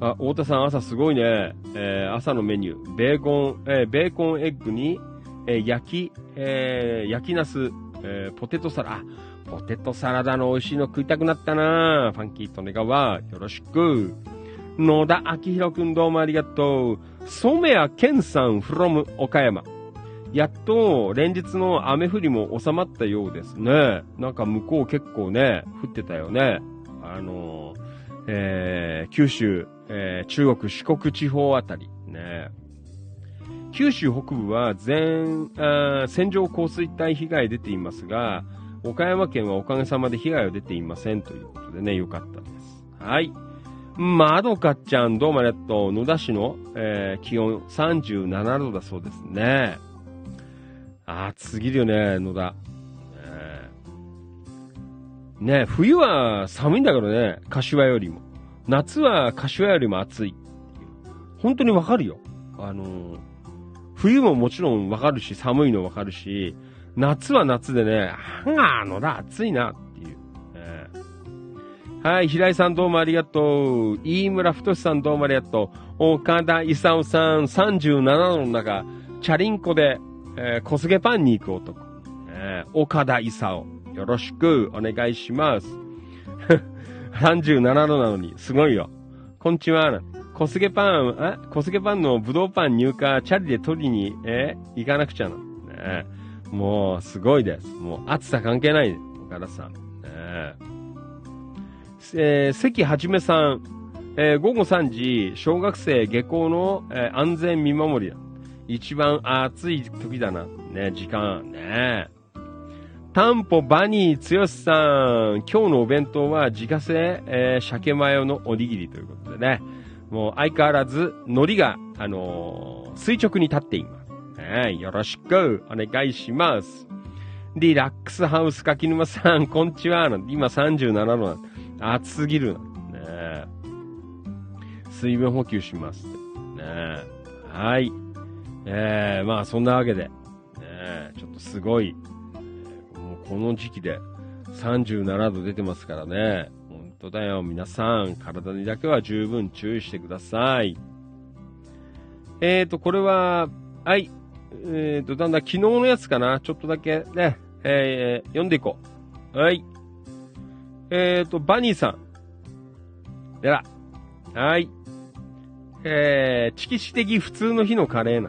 A: あ、太田さん朝すごいね。えー、朝のメニュー。ベーコン、えー、ベーコンエッグに、えー、焼き、えー、焼きナス、えー、ポテトサラダ。あ、ポテトサラダの美味しいの食いたくなったな。ファンキーとネガは、よろしく。野田明宏くんどうもありがとう。染谷健さん from 岡山。やっと連日の雨降りも収まったようですね。なんか向こう結構ね、降ってたよね。あのー、えー、九州、えー、中国、四国地方あたりね。九州北部は全、あ線状降水帯被害出ていますが、岡山県はおかげさまで被害は出ていませんということでね、よかったです。はい。まどかちゃん、どうもありがとう。野田市の、えー、気温さんじゅうななどだそうですね。暑すぎるよね、野田。えー、ね、冬は寒いんだからね、柏よりも。夏は柏よりも暑いっていう。本当にわかるよ。あのー、冬ももちろんわかるし、寒いのわかるし、夏は夏でね、あ野田暑いなっていう。えー、はい、平井さんどうもありがとう。飯村太さんどうもありがとう。岡田勲さんさんじゅうななどの中、チャリンコで、えー、小菅パンに行く男。えー、岡田勲。よろしくお願いします。さんじゅうななどなのに、すごいよ。こんにちは。小菅パン、あ小菅パンのぶどうパン入荷、チャリで取りに、えー、行かなくちゃな。ね、もう、すごいです。もう、暑さ関係ない、岡田さん。ね、えー、関はじめさん、えー、午後さんじ、小学生下校の、えー、安全見守りだ。一番暑い時だな。ね、時間。ね。タンポバニーつよしさん。今日のお弁当は自家製、えー、鮭マヨのおにぎりということでね。もう相変わらず海苔が、あのー、垂直に立っています。ね、よろしくお願いします。リラックスハウス柿沼さん、こんにちは。今さんじゅうななどなん暑すぎるな。ね、水分補給します。ね、はい。えー、まあそんなわけで、ね、ちょっとすごい、えー、もうこの時期でさんじゅうななど出てますからね。本当だよ、皆さん、体にだけは十分注意してください。えーと、これは、はい、えーと、だんだん昨日のやつかな、ちょっとだけね、えー、読んでいこう。はい。えーと、バニーさん。でら。はい。えー、チキチ的普通の日のカレーな。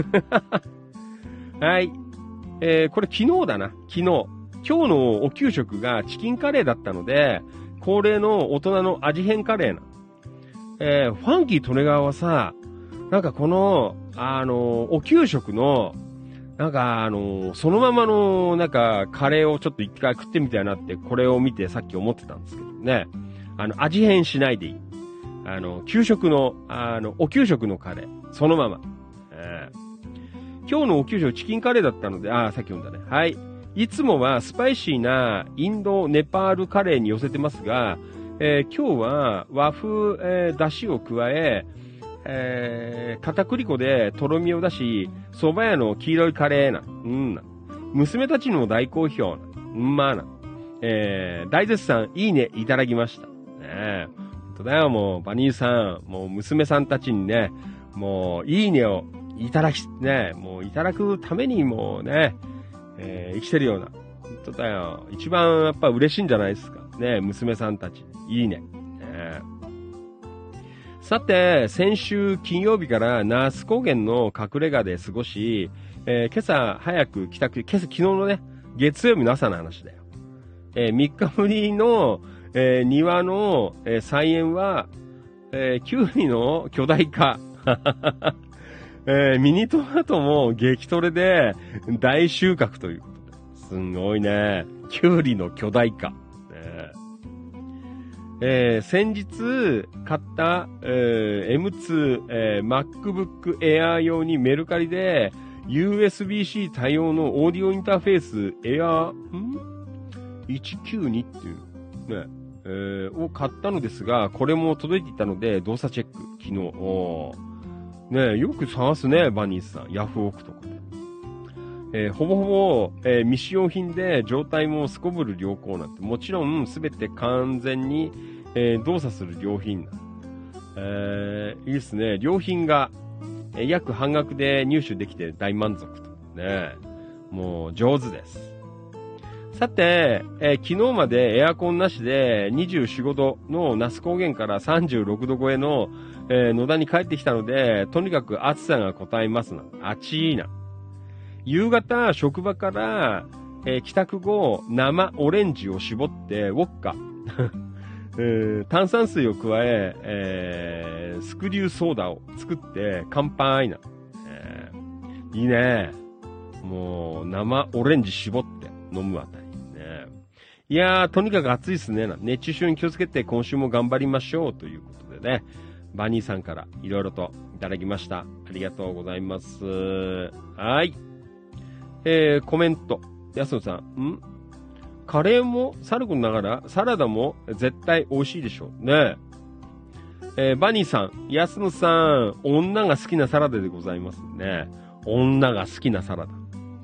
A: はい。えー、これ昨日だな。昨日。今日のお給食がチキンカレーだったので、恒例の大人の味変カレーな。えー、ファンキートネガーはさ、なんかこの、あの、お給食の、なんかあの、そのままの、なんかカレーをちょっと一回食ってみたいなって、これを見てさっき思ってたんですけどね。あの、味変しないでいい。あの、給食の、あの、お給食のカレー。そのまま。えー、今日のお給食チキンカレーだったので、ああ、さっき読んだね。はい。いつもはスパイシーなインド、ネパールカレーに寄せてますが、えー、今日は和風、えー、出汁を加え、えー、片栗粉でとろみを出し、蕎麦屋の黄色いカレーな。うんな。娘たちにも大好評な。うんまーな。えー、大絶賛、いいね、いただきました。ねえ。本当だよ、もう、バニーさん、もう娘さんたちにね、もう、いいねをいただき、ね、もういただくためにもうね、えー、生きてるような。本当だよ。一番やっぱ嬉しいんじゃないですか。ね、娘さんたち。いいね。ね、さて、先週金曜日から那須高原の隠れ家で過ごし、えー、今朝早く帰宅、今朝昨日のね、月曜日の朝の話だよ。えー、みっかぶりの、えー、庭の、えー、菜園は、えー、キュウリの巨大化。えー、ミニトマトも激トレで大収穫ということで。すんごいね。キュウリの巨大化。ね、えー、先日買った、えー、エムツー、えー、MacBook Air 用にメルカリで ユーエスビー-C 対応のオーディオインターフェース Air、ん ?いちきゅうに っていうね、えー、を買ったのですが、これも届いていたので動作チェック、昨日。おーねえ、よく探すね、バニーさん。ヤフオクとかで。えー、ほぼほぼ、えー、未使用品で状態もすこぶる良好なんて、もちろんすべて完全に、えー、動作する良品な。 えー、いいですね。良品が、えー、約半額で入手できて大満足と。ね。もう上手です。さて、えー、昨日までエアコンなしでにじゅうよん、ごどの那須高原からさんじゅうろくど超えの、えー、野田に帰ってきたので、とにかく暑さが答えますな。あちいな。夕方、職場から、えー、帰宅後、生オレンジを絞って、ウォッカ、えー、炭酸水を加え、えー、スクリューソーダを作って、乾杯な。えー、いいね。もう、生オレンジ絞って飲むあたり。ね、いやー、とにかく暑いですね。熱中症に気をつけて今週も頑張りましょうということでね。バニーさんからいろいろといただきました。ありがとうございます。はい。えー、コメント。安野さん、んカレーもさることながら、サラダも絶対美味しいでしょうね。えー、バニーさん、安野さん、女が好きなサラダでございますね。女が好きなサラダ。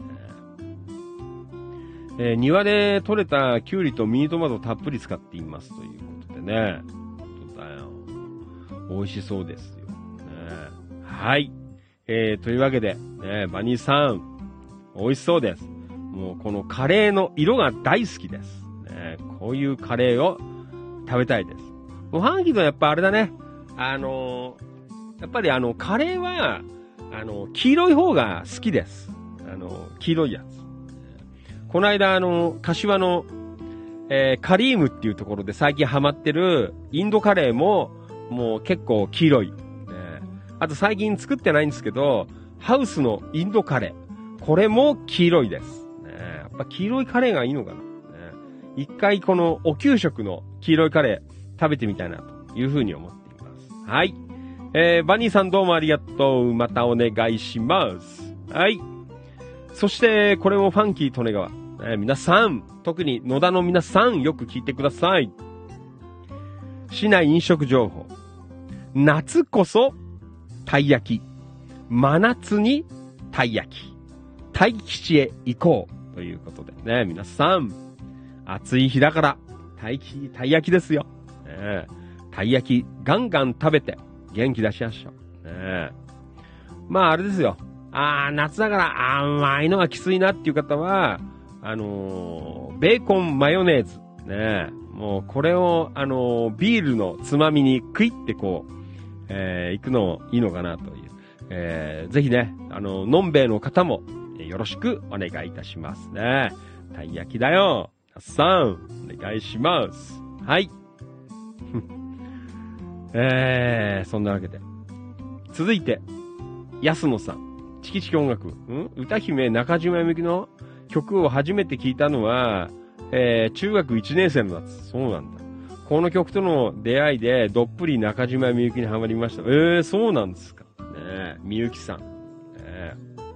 A: えー、庭で採れたキュウリとミニトマトをたっぷり使っていますということでね。本当だよ。美味しそうですよ。ね、はい。えー、というわけで、ね、バニーさん、美味しそうです。もうこのカレーの色が大好きです。ね、こういうカレーを食べたいです。もうハンギーのやっぱあれだね。あのー、やっぱりあの、カレーは、あの、黄色い方が好きです。あの、黄色いやつ。この間、あの、柏の、えー、カリームっていうところで最近ハマってるインドカレーも、もう結構黄色い。ね、あと最近作ってないんですけど、ハウスのインドカレー。これも黄色いです。ね、やっぱ黄色いカレーがいいのかな。ね、一回このお給食の黄色いカレー食べてみたいなというふうに思っています。はい。えー、バニーさんどうもありがとう。またお願いします。はい。そして、これもファンキー利根川。えー、皆さん、特に野田の皆さん、よく聞いてください。市内飲食情報。夏こそ、たい焼き。真夏に、たい焼き。大吉へ行こう。ということでね、皆さん、暑い日だから、たいき、たい焼きですよ。ね、たい焼き、ガンガン食べて、元気出しましょう。ね、まあ、あれですよ。あー、夏だから甘いのがきついなっていう方は、あのー、ベーコンマヨネーズ。ね、もうこれを、あのー、ビールのつまみにクイってこう、えー、行くのいいのかなという。えー、ぜひね、あのー、のんべいの方も、よろしくお願いいたしますね。たい焼きだよ。皆さん、お願いします。はい。えー、そんなわけで。続いて、安野さん。チキチキ音楽。ん歌姫中島みゆきの曲を初めて聞いたのは、えー、中学いちねん生の夏。そうなんだ。この曲との出会いで、どっぷり中島みゆきにハマりました。えー、そうなんですか。ね、みゆきさん。ね、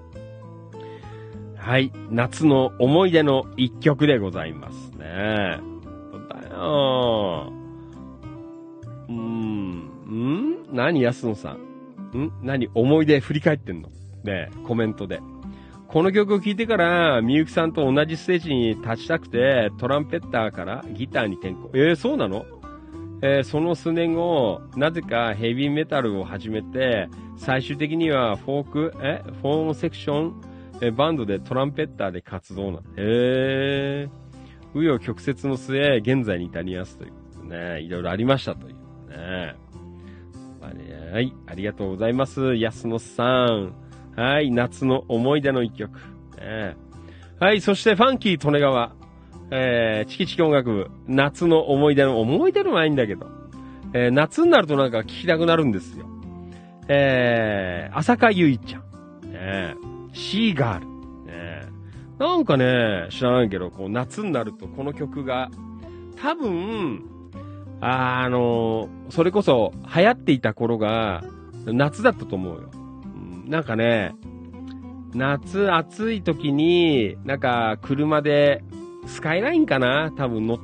A: はい。夏の思い出の一曲でございますね。そうだよ。うーん。ん何安野さん。ん何思い出振り返ってんのね、コメントで。この曲を聴いてから、みゆきさんと同じステージに立ちたくて、トランペッターからギターに転向。えー、そうなの？えー、その数年後、なぜかヘビーメタルを始めて、最終的にはフォーク、えフォームセクション、えバンドでトランペッターで活動なの。えー、紆余曲折の末、現在に至りますということでね、いろいろありましたというね。はい、ありがとうございます。安野さん。はい、夏の思い出の一曲。ね、はい、そしてファンキー利根川。えー、チキチキ音楽部。夏の思い出の、思い出のはいいんだけど。えー、夏になるとなんか聞きたくなるんですよ。えー、浅香唯ちゃん。ね、シーガール。ね、なんかね、知らないけど、こう夏になるとこの曲が、多分、あ, あのー、それこそ流行っていた頃が夏だったと思うよ。うん、なんかね、夏暑い時に、なんか車でスカイラインかな多分乗って、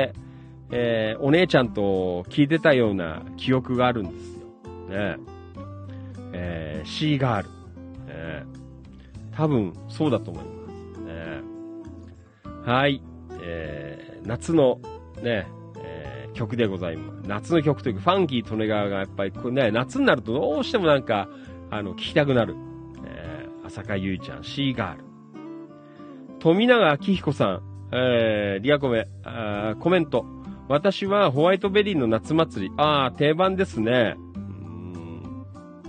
A: えー、お姉ちゃんと聞いてたような記憶があるんですよ。ね、えー、シーガール。ね、多分そうだと思います。ね、はい、えー、夏のね、 曲でございます。夏の曲というか、ファンキー・利根川がやっぱりこれね、夏になるとどうしてもなんか、あの、聴きたくなる。えー、浅香唯ちゃん、シーガール。富永明彦さん、えー、リアコメ、あーコメント。私はホワイトベリーの夏祭り。あー、定番ですね。うーん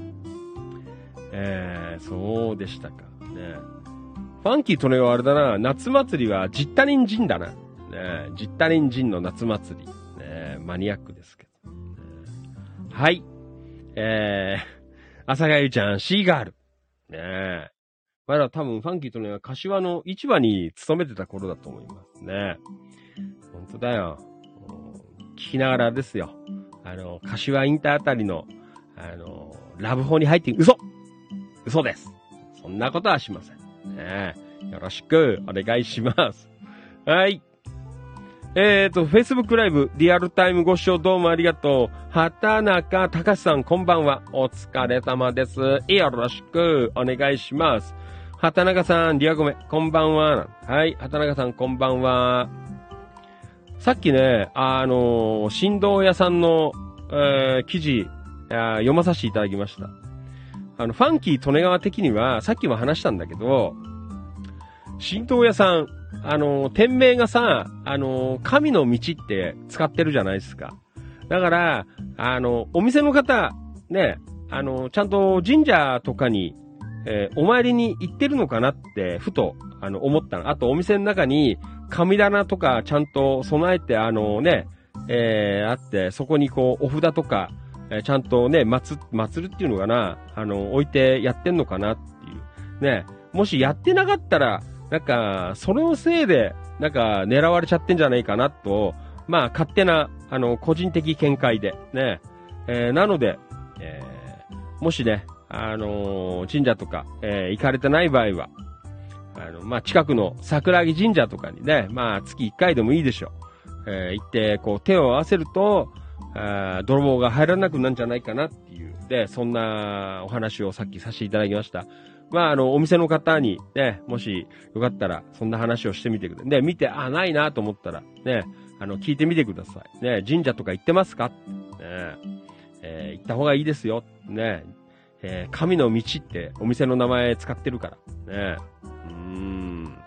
A: えー、そうでしたか。ね。ファンキー・利根川あれだな、夏祭りはジッタリンジンだな。ね、ジッタリンジンの夏祭り。ね、マニアックですけど。ね、はい。えー、浅香唯ちゃん、シーガール。ねえ。まだ多分ファンキーとね、柏の市場に勤めてた頃だと思いますね。本当だよ。聞きながらですよ。あの、柏インターあたりの、あの、ラブホに入って嘘嘘です。そんなことはしません。ねえ。よろしくお願いします。はい。えーと、Facebook ライブ、リアルタイムご視聴どうもありがとう。畑中隆さん、こんばんは。お疲れ様です。よろしくお願いします。畑中さん、リアコメ、こんばんは。はい、畑中さん、こんばんは。さっきね、あのー、振動屋さんの、えー、記事、読まさせていただきました。あの、ファンキー・利根川的には、さっきも話したんだけど、振動屋さん、あのー、店名がさ、あのー、神の道って使ってるじゃないですか。だから、あのー、お店の方、ね、あのー、ちゃんと神社とかに、えー、お参りに行ってるのかなって、ふと、あの、思ったの。あと、お店の中に、神棚とか、ちゃんと備えて、あのね、えー、あって、そこにこう、お札とか、えー、ちゃんとね、祭、祭るっていうのかな、あの、置いてやってんのかなっていう。ね、もしやってなかったら、なんか、そのせいで、なんか、狙われちゃってんじゃないかなと、まあ、勝手な、あの、個人的見解で、ね、えー、なので、えー、もしね、あのー、神社とか、えー、行かれてない場合は、あの、まあ、近くの桜木神社とかにね、まあ、月いっかいでもいいでしょう。えー、行って、こう、手を合わせると、あ泥棒が入らなくなるんじゃないかなっていう、で、そんなお話をさっきさせていただきました。まあ、あの、お店の方に、ね、もしよかったら、そんな話をしてみてください。で、見て、あ、ないなと思ったら、ね、あの、聞いてみてください。ね、神社とか行ってますかね、えー、行った方がいいですよ。ね、えー、神の道ってお店の名前使ってるから。ね。うーん。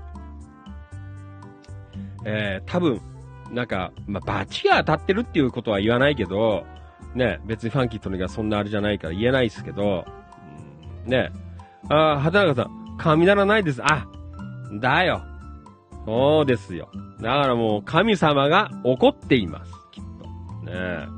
A: えー、多分、なんか、まあ、バチが当たってるっていうことは言わないけど、ね、別にファンキーとのがそんなあれじゃないから言えないですけど、うん、ね。あー、畑中さん、神棚ないです。あ、だよ。そうですよ。だからもう神様が怒っています。きっと。ね。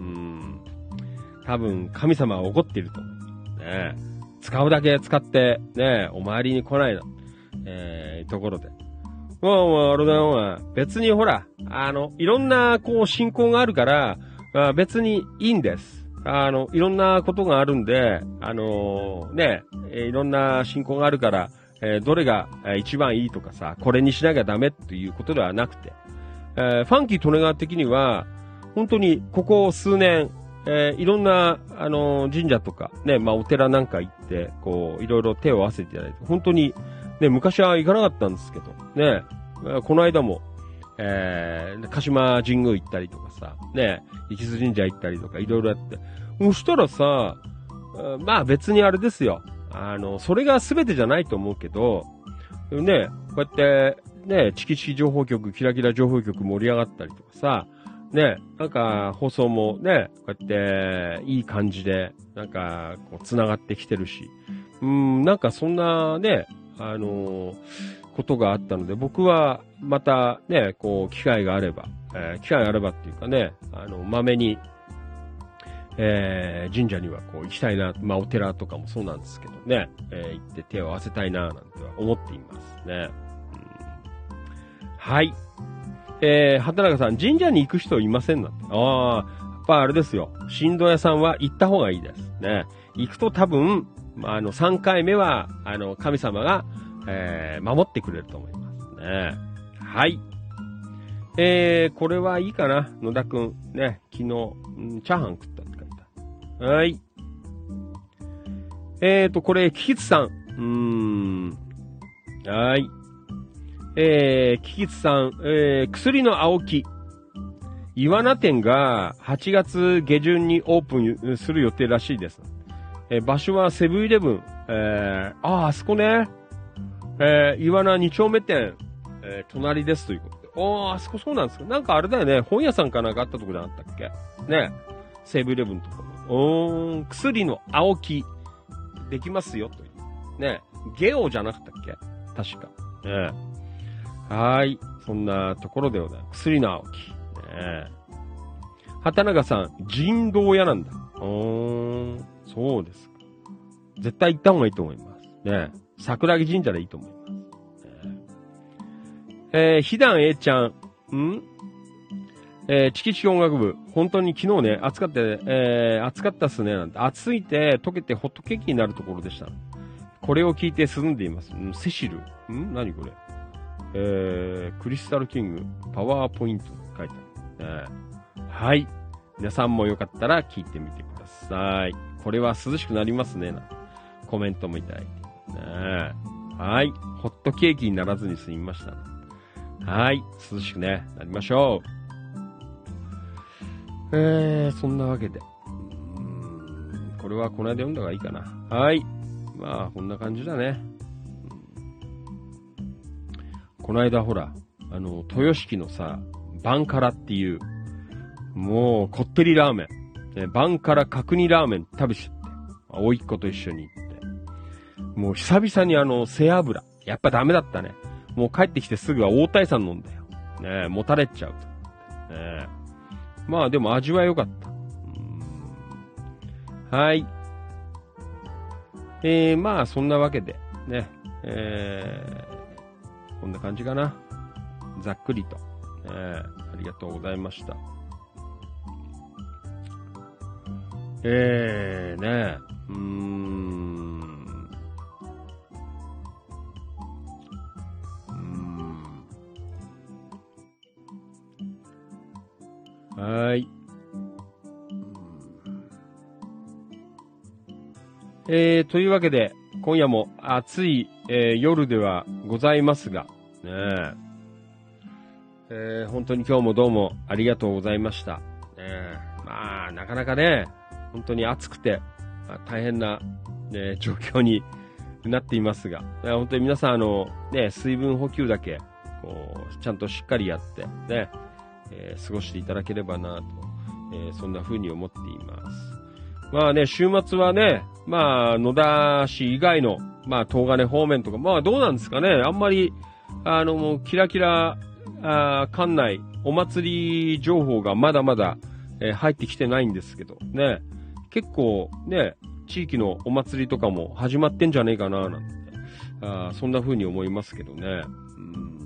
A: 多分、神様は怒っていると思う。ね、使うだけ使って、ね、お参りに来ないの。えー、ところで。もう、あれだよ、別にほら、あの、いろんな、こう、信仰があるから、あ別にいいんです。あの、いろんなことがあるんで、あのー、ね、いろんな信仰があるから、えー、どれが一番いいとかさ、これにしなきゃダメっていうことではなくて、えー、ファンキー・利根川的には、本当にここ数年、えー、いろんな、あのー、神社とか、ね、まあ、お寺なんか行って、こう、いろいろ手を合わせていただいて、本当に、ね、昔は行かなかったんですけど、ね、この間も、えー、鹿島神宮行ったりとかさ、ね、生津神社行ったりとか、いろいろやって、そしたらさ、まあ別にあれですよ。あの、それが全てじゃないと思うけど、ね、こうやって、ね、チキチキ情報局、キラキラ情報局盛り上がったりとかさ、ね、なんか放送もね、こうやっていい感じで、なんかこう繋がってきてるし、うん、なんかそんなね、あのー、ことがあったので、僕はまたね、こう機会があれば、えー、機会があればっていうかね、あの、まめに、えー、神社にはこう行きたいな、まあお寺とかもそうなんですけどね、えー、行って手を合わせたいな、なんては思っていますね。うん、はい。えー、畑中さん、神社に行く人いませんなって。ああ、やっぱあれですよ。神道屋さんは行った方がいいですね。行くと多分、あの、さんかいめは、あの、神様が、えー、守ってくれると思いますね。はい。えー、これはいいかな。野田くん。ね、昨日、うん、チャーハン食ったって書いた。はい。えーと、これ、キキツさん。うーん。はい。えー、キキツさん、えー、薬の青木。 イワナ店がはちがつ下旬にオープンする予定らしいです。えー、場所はセブンイレブン、えー、ああ、あそこね。えー、イワナに丁目店、えー、隣ですということで。おー、あそこそうなんですか。なんかあれだよね。本屋さんかなんかあったとこじゃなかったっけね。セブンイレブンとか。おー、薬の青木、できますよという。ね。ゲオじゃなかったっけ確か。ね。はーい。そんなところでございます。薬の青木。ね。畑中さん、人道屋なんだ。おー、そうですか。絶対行った方がいいと思います。ね。桜木神社でいいと思います。ね、えー、ひだん A ちゃん、んえー、チキチキ音楽部、本当に昨日ね、暑かった、えー、暑かったっすね、なんて。暑いて、溶けてホットケーキになるところでした。これを聞いて涼んでいます。んセシルん何これえー、クリスタルキング、パワーポイント書いてある。ね、はい。皆さんもよかったら聞いてみてください。これは涼しくなりますね、なコメントもいただいて。ね、はい。ホットケーキにならずに済みました、ね。はい。涼しくね、なりましょう。えー、そんなわけで。うーんこれはこの間読んだ方がいいかな。はい。まあ、こんな感じだね。この間ほら、あの、豊敷のさ、バンカラっていう、もう、こってりラーメン。ね、バンカラ角煮ラーメン食べちゃって。おいっ子と一緒に行って。もう久々にあの、背脂。やっぱダメだったね。もう帰ってきてすぐは大谷さん飲んだよ。ねえ、もたれちゃうと。ねえ。まあでも味は良かった。うーんはい。えー、まあそんなわけで、ね。えー、こんな感じかな。ざっくりと。えー、ありがとうございました。えー、ね。うーん。うーん。はーい。えー、というわけで、今夜も暑い、えー、夜ではございますが、ねえー、本当に今日もどうもありがとうございました。ね、まあ、なかなかね、本当に暑くて、まあ、大変な、ね、状況になっていますが、本当に皆さん、あの、ね、水分補給だけ、こう、ちゃんとしっかりやって、ね、えー、過ごしていただければなと、えー、そんな風に思っています。まあね、週末はね、まあ、野田市以外の、まあ、東金方面とか、まあ、どうなんですかね。あんまり、あの、もう、キラキラ、あ館内、お祭り情報がまだまだ、えー、入ってきてないんですけど、ね。結構、ね、地域のお祭りとかも始まってんじゃねえかな、なんて。あそんな風に思いますけどね。うん、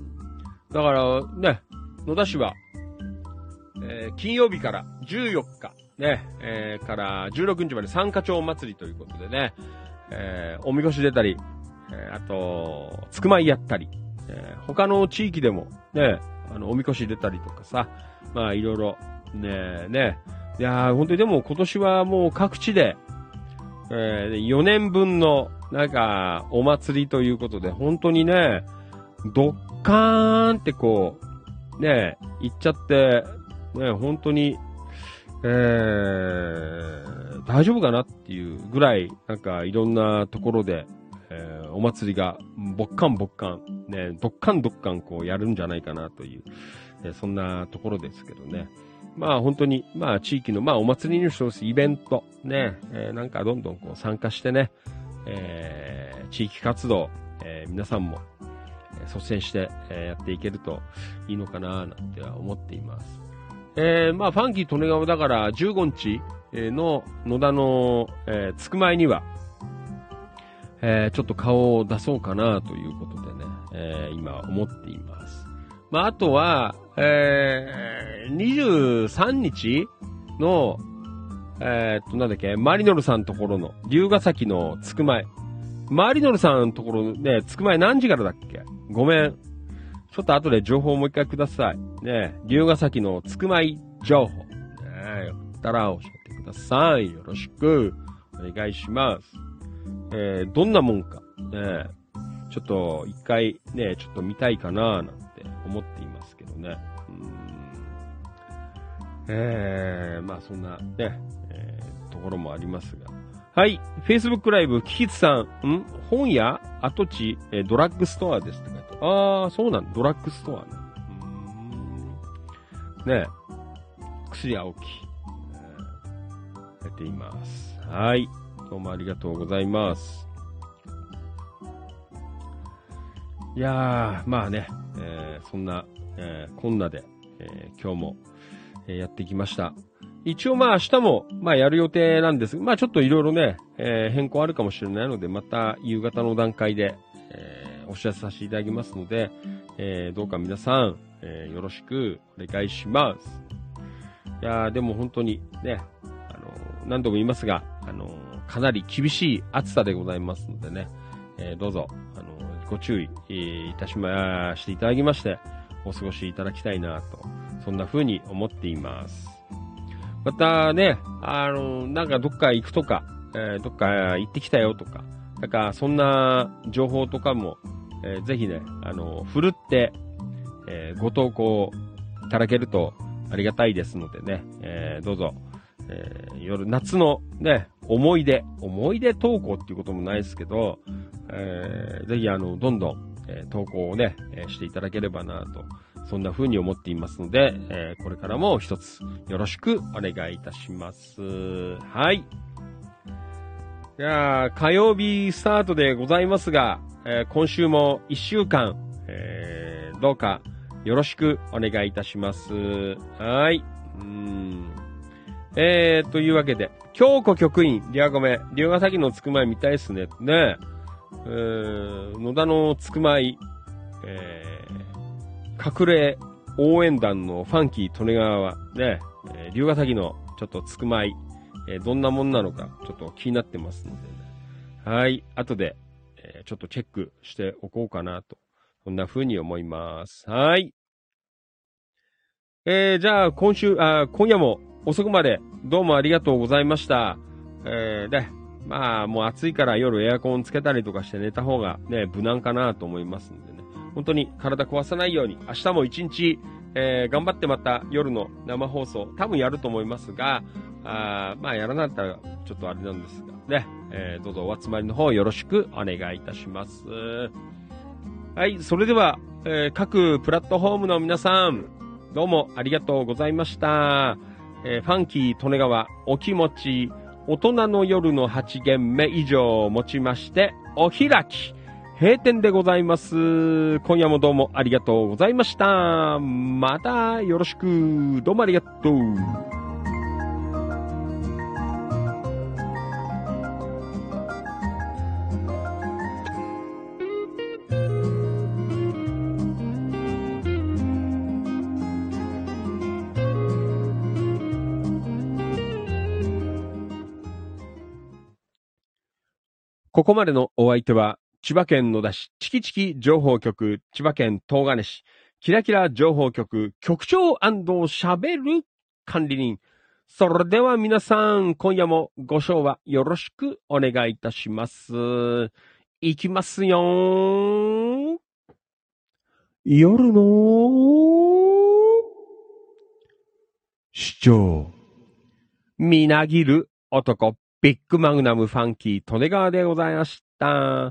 A: だから、ね、野田市は、えー、金曜日からじゅうよっか、ね、えー、からじゅうろくにちまで三花町祭りということでね、えー、おみこし出たり、えー、あと、つくまいやったり、えー、他の地域でもね、あの、おみこし出たりとかさ、まあいろいろ、ね、ね、いやー、本当にでも今年はもう各地で、えー、よねんぶんの、なんか、お祭りということで、本当にね、ドッカーンってこう、ね、行っちゃって、ね、本当に、えー、大丈夫かなっていうぐらい、なんかいろんなところで、えー、お祭りが、ぼっかんぼっかん、ね、どっかんどっかんこうやるんじゃないかなという、えー、そんなところですけどね。まあ本当に、まあ地域の、まあお祭りにしてほしいイベント、ね、えー、なんかどんどんこう参加してね、えー、地域活動、えー、皆さんも、えー、率先して、えー、やっていけるといいのかな、なんては思っています。えー、まあ、ファンキー利根川だからじゅうごにちの野田の、えー、つくまいには、えー、ちょっと顔を出そうかなということでね、えー、今思っています。まあ、あとは、えー、にじゅうさんにちの、えー、っと、なんだっけ、マリノルさんのところの、龍ヶ崎のつくまい。マリノルさんのところね、つくまい何時からだっけ？ごめん。ちょっと後で情報をもう一回ください。ね、龍ヶ崎のつくまい情報。ね、よかったら教えてください。よろしくお願いします。えー、どんなもんか、ね、ちょっと一回ね、ちょっと見たいかななんて思っていますけどね。うーんえー、まあそんなね、えー、ところもありますが。はい。Facebook ライブ、キキツさん、ん本屋跡地、えー、ドラッグストアですって書いてある。あー、そうなんドラッグストアね。うーん。ねえ。薬青木、えー、やっています。はい。どうもありがとうございます。いやー、まあね、えー、そんな、えー、こんなで、えー、今日も、えー、やってきました。一応まあ明日も、まあやる予定なんですが、まあちょっといろいろね、えー、変更あるかもしれないので、また夕方の段階で、えー、お知らせさせていただきますので、えー、どうか皆さん、えー、よろしくお願いします。いやー、でも本当にね、あのー、何度も言いますが、あのー、かなり厳しい暑さでございますのでね、えー、どうぞ、あのー、ご注意、えー、いたしましていただきまして、お過ごしいただきたいなと、そんな風に思っています。またね、あの、なんかどっか行くとか、えー、どっか行ってきたよとか、なんかそんな情報とかも、えー、ぜひね、あの、ふるって、えー、ご投稿いただけるとありがたいですのでね、えー、どうぞ、えー、夜、夏のね、思い出、思い出投稿っていうこともないですけど、えー、ぜひあの、どんどん、えー、投稿をね、えー、していただければなと。そんな風に思っていますので、えー、これからも一つよろしくお願いいたします。はい。いやー、火曜日スタートでございますが、えー、今週も一週間、えー、どうかよろしくお願いいたします。はい。うーん。えー、というわけで、京子局員、リアゴメ、龍ヶ崎のつくまい見たいですね。ねえー、野田のつくまい、えー隠れ応援団のファンキー利根川はね、えー、龍ヶ崎のちょっとつくまい、えー、どんなもんなのかちょっと気になってますので、ね、はい、後で、えー、ちょっとチェックしておこうかなと、そんな風に思います。はい。えー、じゃあ今週、あ、今夜も遅くまでどうもありがとうございました。えー、で、まあもう暑いから夜エアコンつけたりとかして寝た方がね、無難かなと思いますんでね。本当に体壊さないように、明日も一日、えー、頑張ってまた夜の生放送、多分やると思いますが、あまあやらなかったらちょっとあれなんですが、ね、えー、どうぞお集まりの方よろしくお願いいたします。はい、それでは、えー、各プラットフォームの皆さん、どうもありがとうございました。えー、ファンキー利根川お気持ち、大人の夜のはち限目以上をもちまして、お開き。閉店でございます。今夜もどうもありがとうございました。またよろしく。どうもありがとう。ここまでのお相手は、千葉県野田市チキチキ情報局、千葉県東金市、キラキラ情報局、局長&喋る管理人。それでは皆さん、今夜もご唱和よろしくお願いいたします。いきますよー。夜の主張。みなぎる男。ビッグマグナムファンキー、利根川でございました。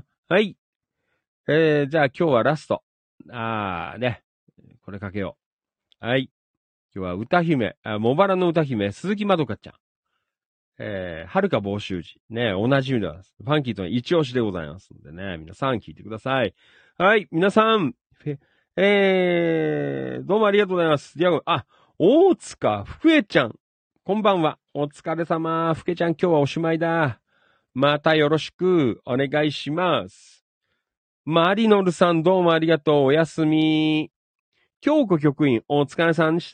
A: はい。えー、じゃあ今日はラスト。あーね。これかけよう。はい。今日は歌姫、あ茂原の歌姫、鈴木まどかちゃん。えー、はるか房州寺。ね、同じ意味でます。ファンキーとは一押しでございますのでね、皆さん聞いてください。はい、皆さん、えー、どうもありがとうございます。ディアゴ、あ、大塚福江ちゃん。こんばんは。お疲れ様。福江ちゃん、今日はおしまいだ。またよろしくお願いします。マリノルさん、どうもありがとう。おやすみ。京子局員、お疲れさんでした。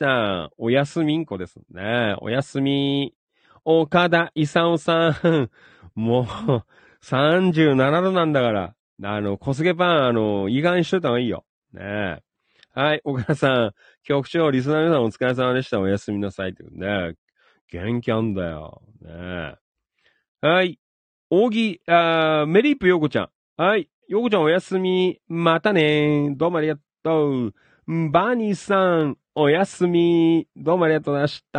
A: おやすみんこですね。おやすみ。岡田勲さん。もう、さんじゅうななどなんだから。あの、小菅パン、あの、意外にしといた方がいいよ。ねえ。はい、岡田さん。局長、リスナーの皆さんお疲れ様でした。おやすみなさい。ってね。元気あんだよ。ねえ。はい。扇、あメリープヨコちゃん。はい。ヨコちゃんおやすみ。またね。どうもありがとう。バニーさん、 おやすみ。どうもありがとうございました。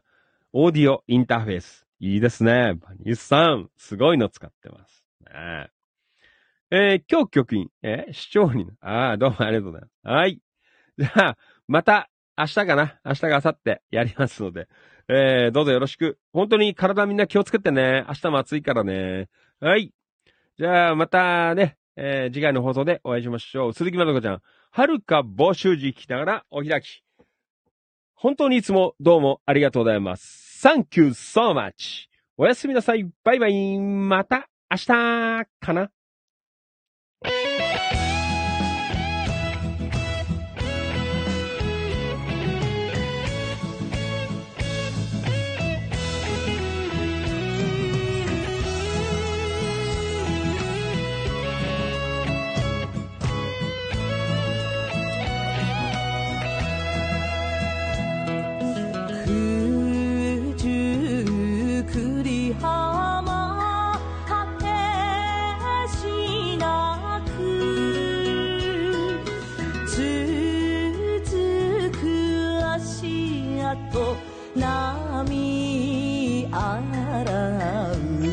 A: オーディオインターフェース。いいですね。バニスさん、すごいの使ってます。ね、えー、今日局員、えー、市長に、ああ、どうもありがとうございます。はい。じゃあ、また、明日かな明日か明後日やりますので、えー、どうぞよろしく。本当に体みんな気をつけてね。明日も暑いからね。はい。じゃあ、またね、えー、次回の放送でお会いしましょう。鈴木まどこちゃん、はるか募集時聞きながらお開き。本当にいつもどうもありがとうございます。Thank you so much. おやすみなさい。バイバイ。また明日かな。
B: 波洗う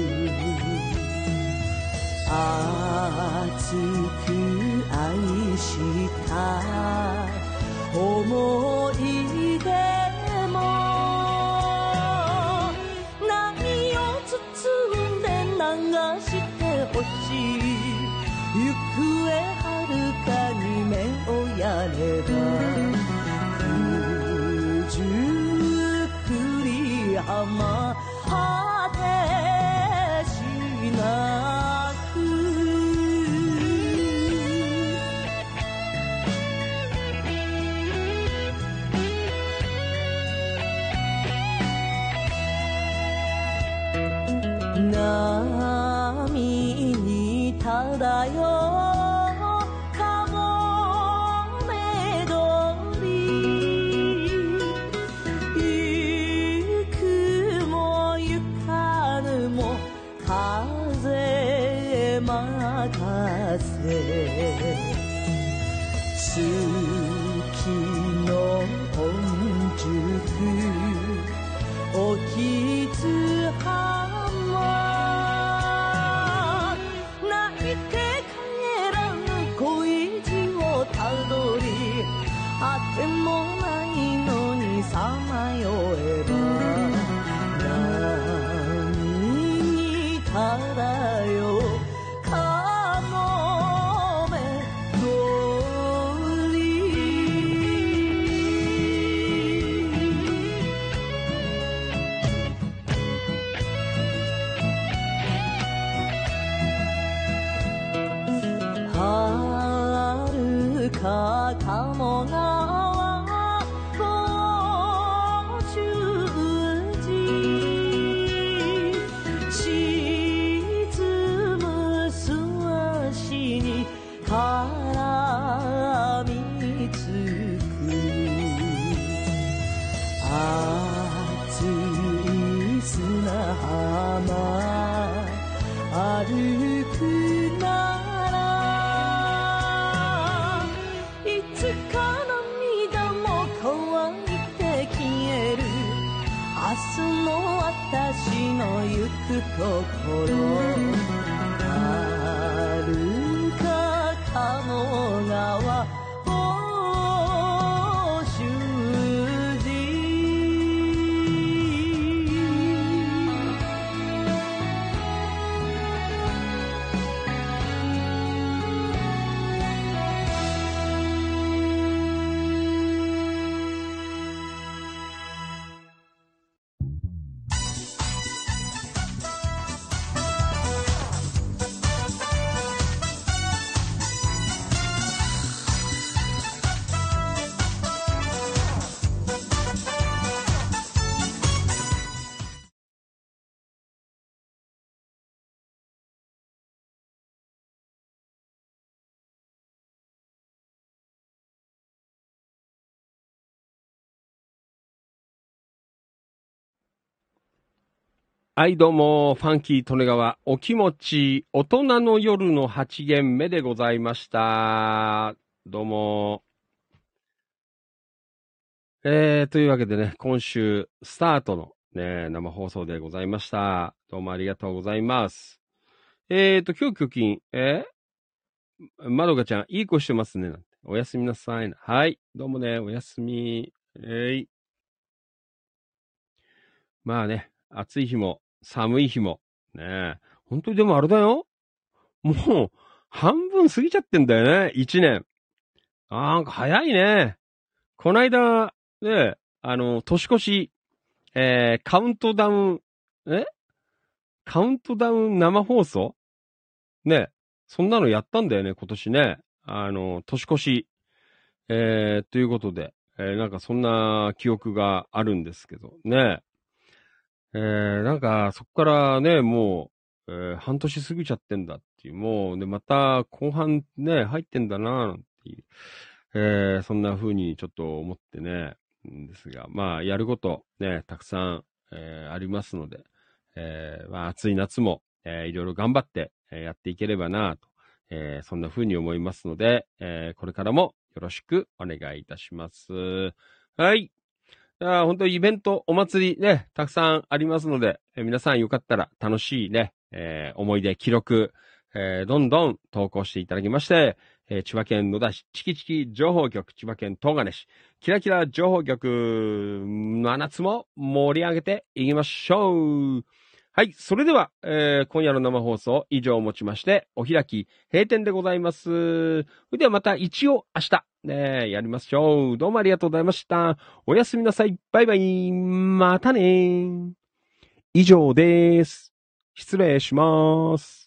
B: 熱く愛した思い出も波を包んで流してほしい行方遥かに目をやれば浜果てしなく波に漂う月の本宿おきつ浜泣いて帰らぬ恋路をたどりあてもないのにさまよえば波に漂う鴨川甲州路沈む素足に絡みつく熱い砂浜歩くないつか涙も乾いて消える明日の私の行くところ遥か鴨川甲州
A: はい、どうも、ファンキー利根川、お気持ち、大人の夜のはち限目でございました。どうも。 えー、というわけでね、今週スタートのね、生放送でございました。どうもありがとうございます。えーと、今日今日えー、まどかちゃん、いい子してますね。なんておやすみなさい。はい。どうもね、おやすみ。えい。まあね、暑い日も、寒い日も、ね、本当にでもあれだよ。もう、半分過ぎちゃってんだよね、一年。あーなんか早いね。こないだ、ね、あの、年越し、えー、カウントダウン、えカウントダウン生放送ね、そんなのやったんだよね、今年ね。あの、年越し。えー、ということで、えー、なんかそんな記憶があるんですけどね。えー、なんかそこからね、もう、えー、半年過ぎちゃってんだっていう、もう、で、また後半ね、入ってんだな、なんていう、えー、そんな風にちょっと思ってね、んですが、まあ、やることね、たくさん、えー、ありますので、えー、まあ、暑い夏も、えー、いろいろ頑張って、えー、やっていければな、と、えー、そんな風に思いますので、えー、これからもよろしくお願いいたします。はい。あ本当イベント、お祭りね、たくさんありますので、えー皆さんよかったら楽しいね、えー思い出、記録、えーどんどん投稿していただきまして、えー千葉県野田市、チキチキ情報局、千葉県東金市、キラキラ情報局、真夏も盛り上げていきましょう。はい。それでは、えー今夜の生放送以上をもちまして、お開き、閉店でございます。それではまた一応明日、ね、やりましょう。どうもありがとうございました。おやすみなさい。バイバイ。またね。以上です。失礼します。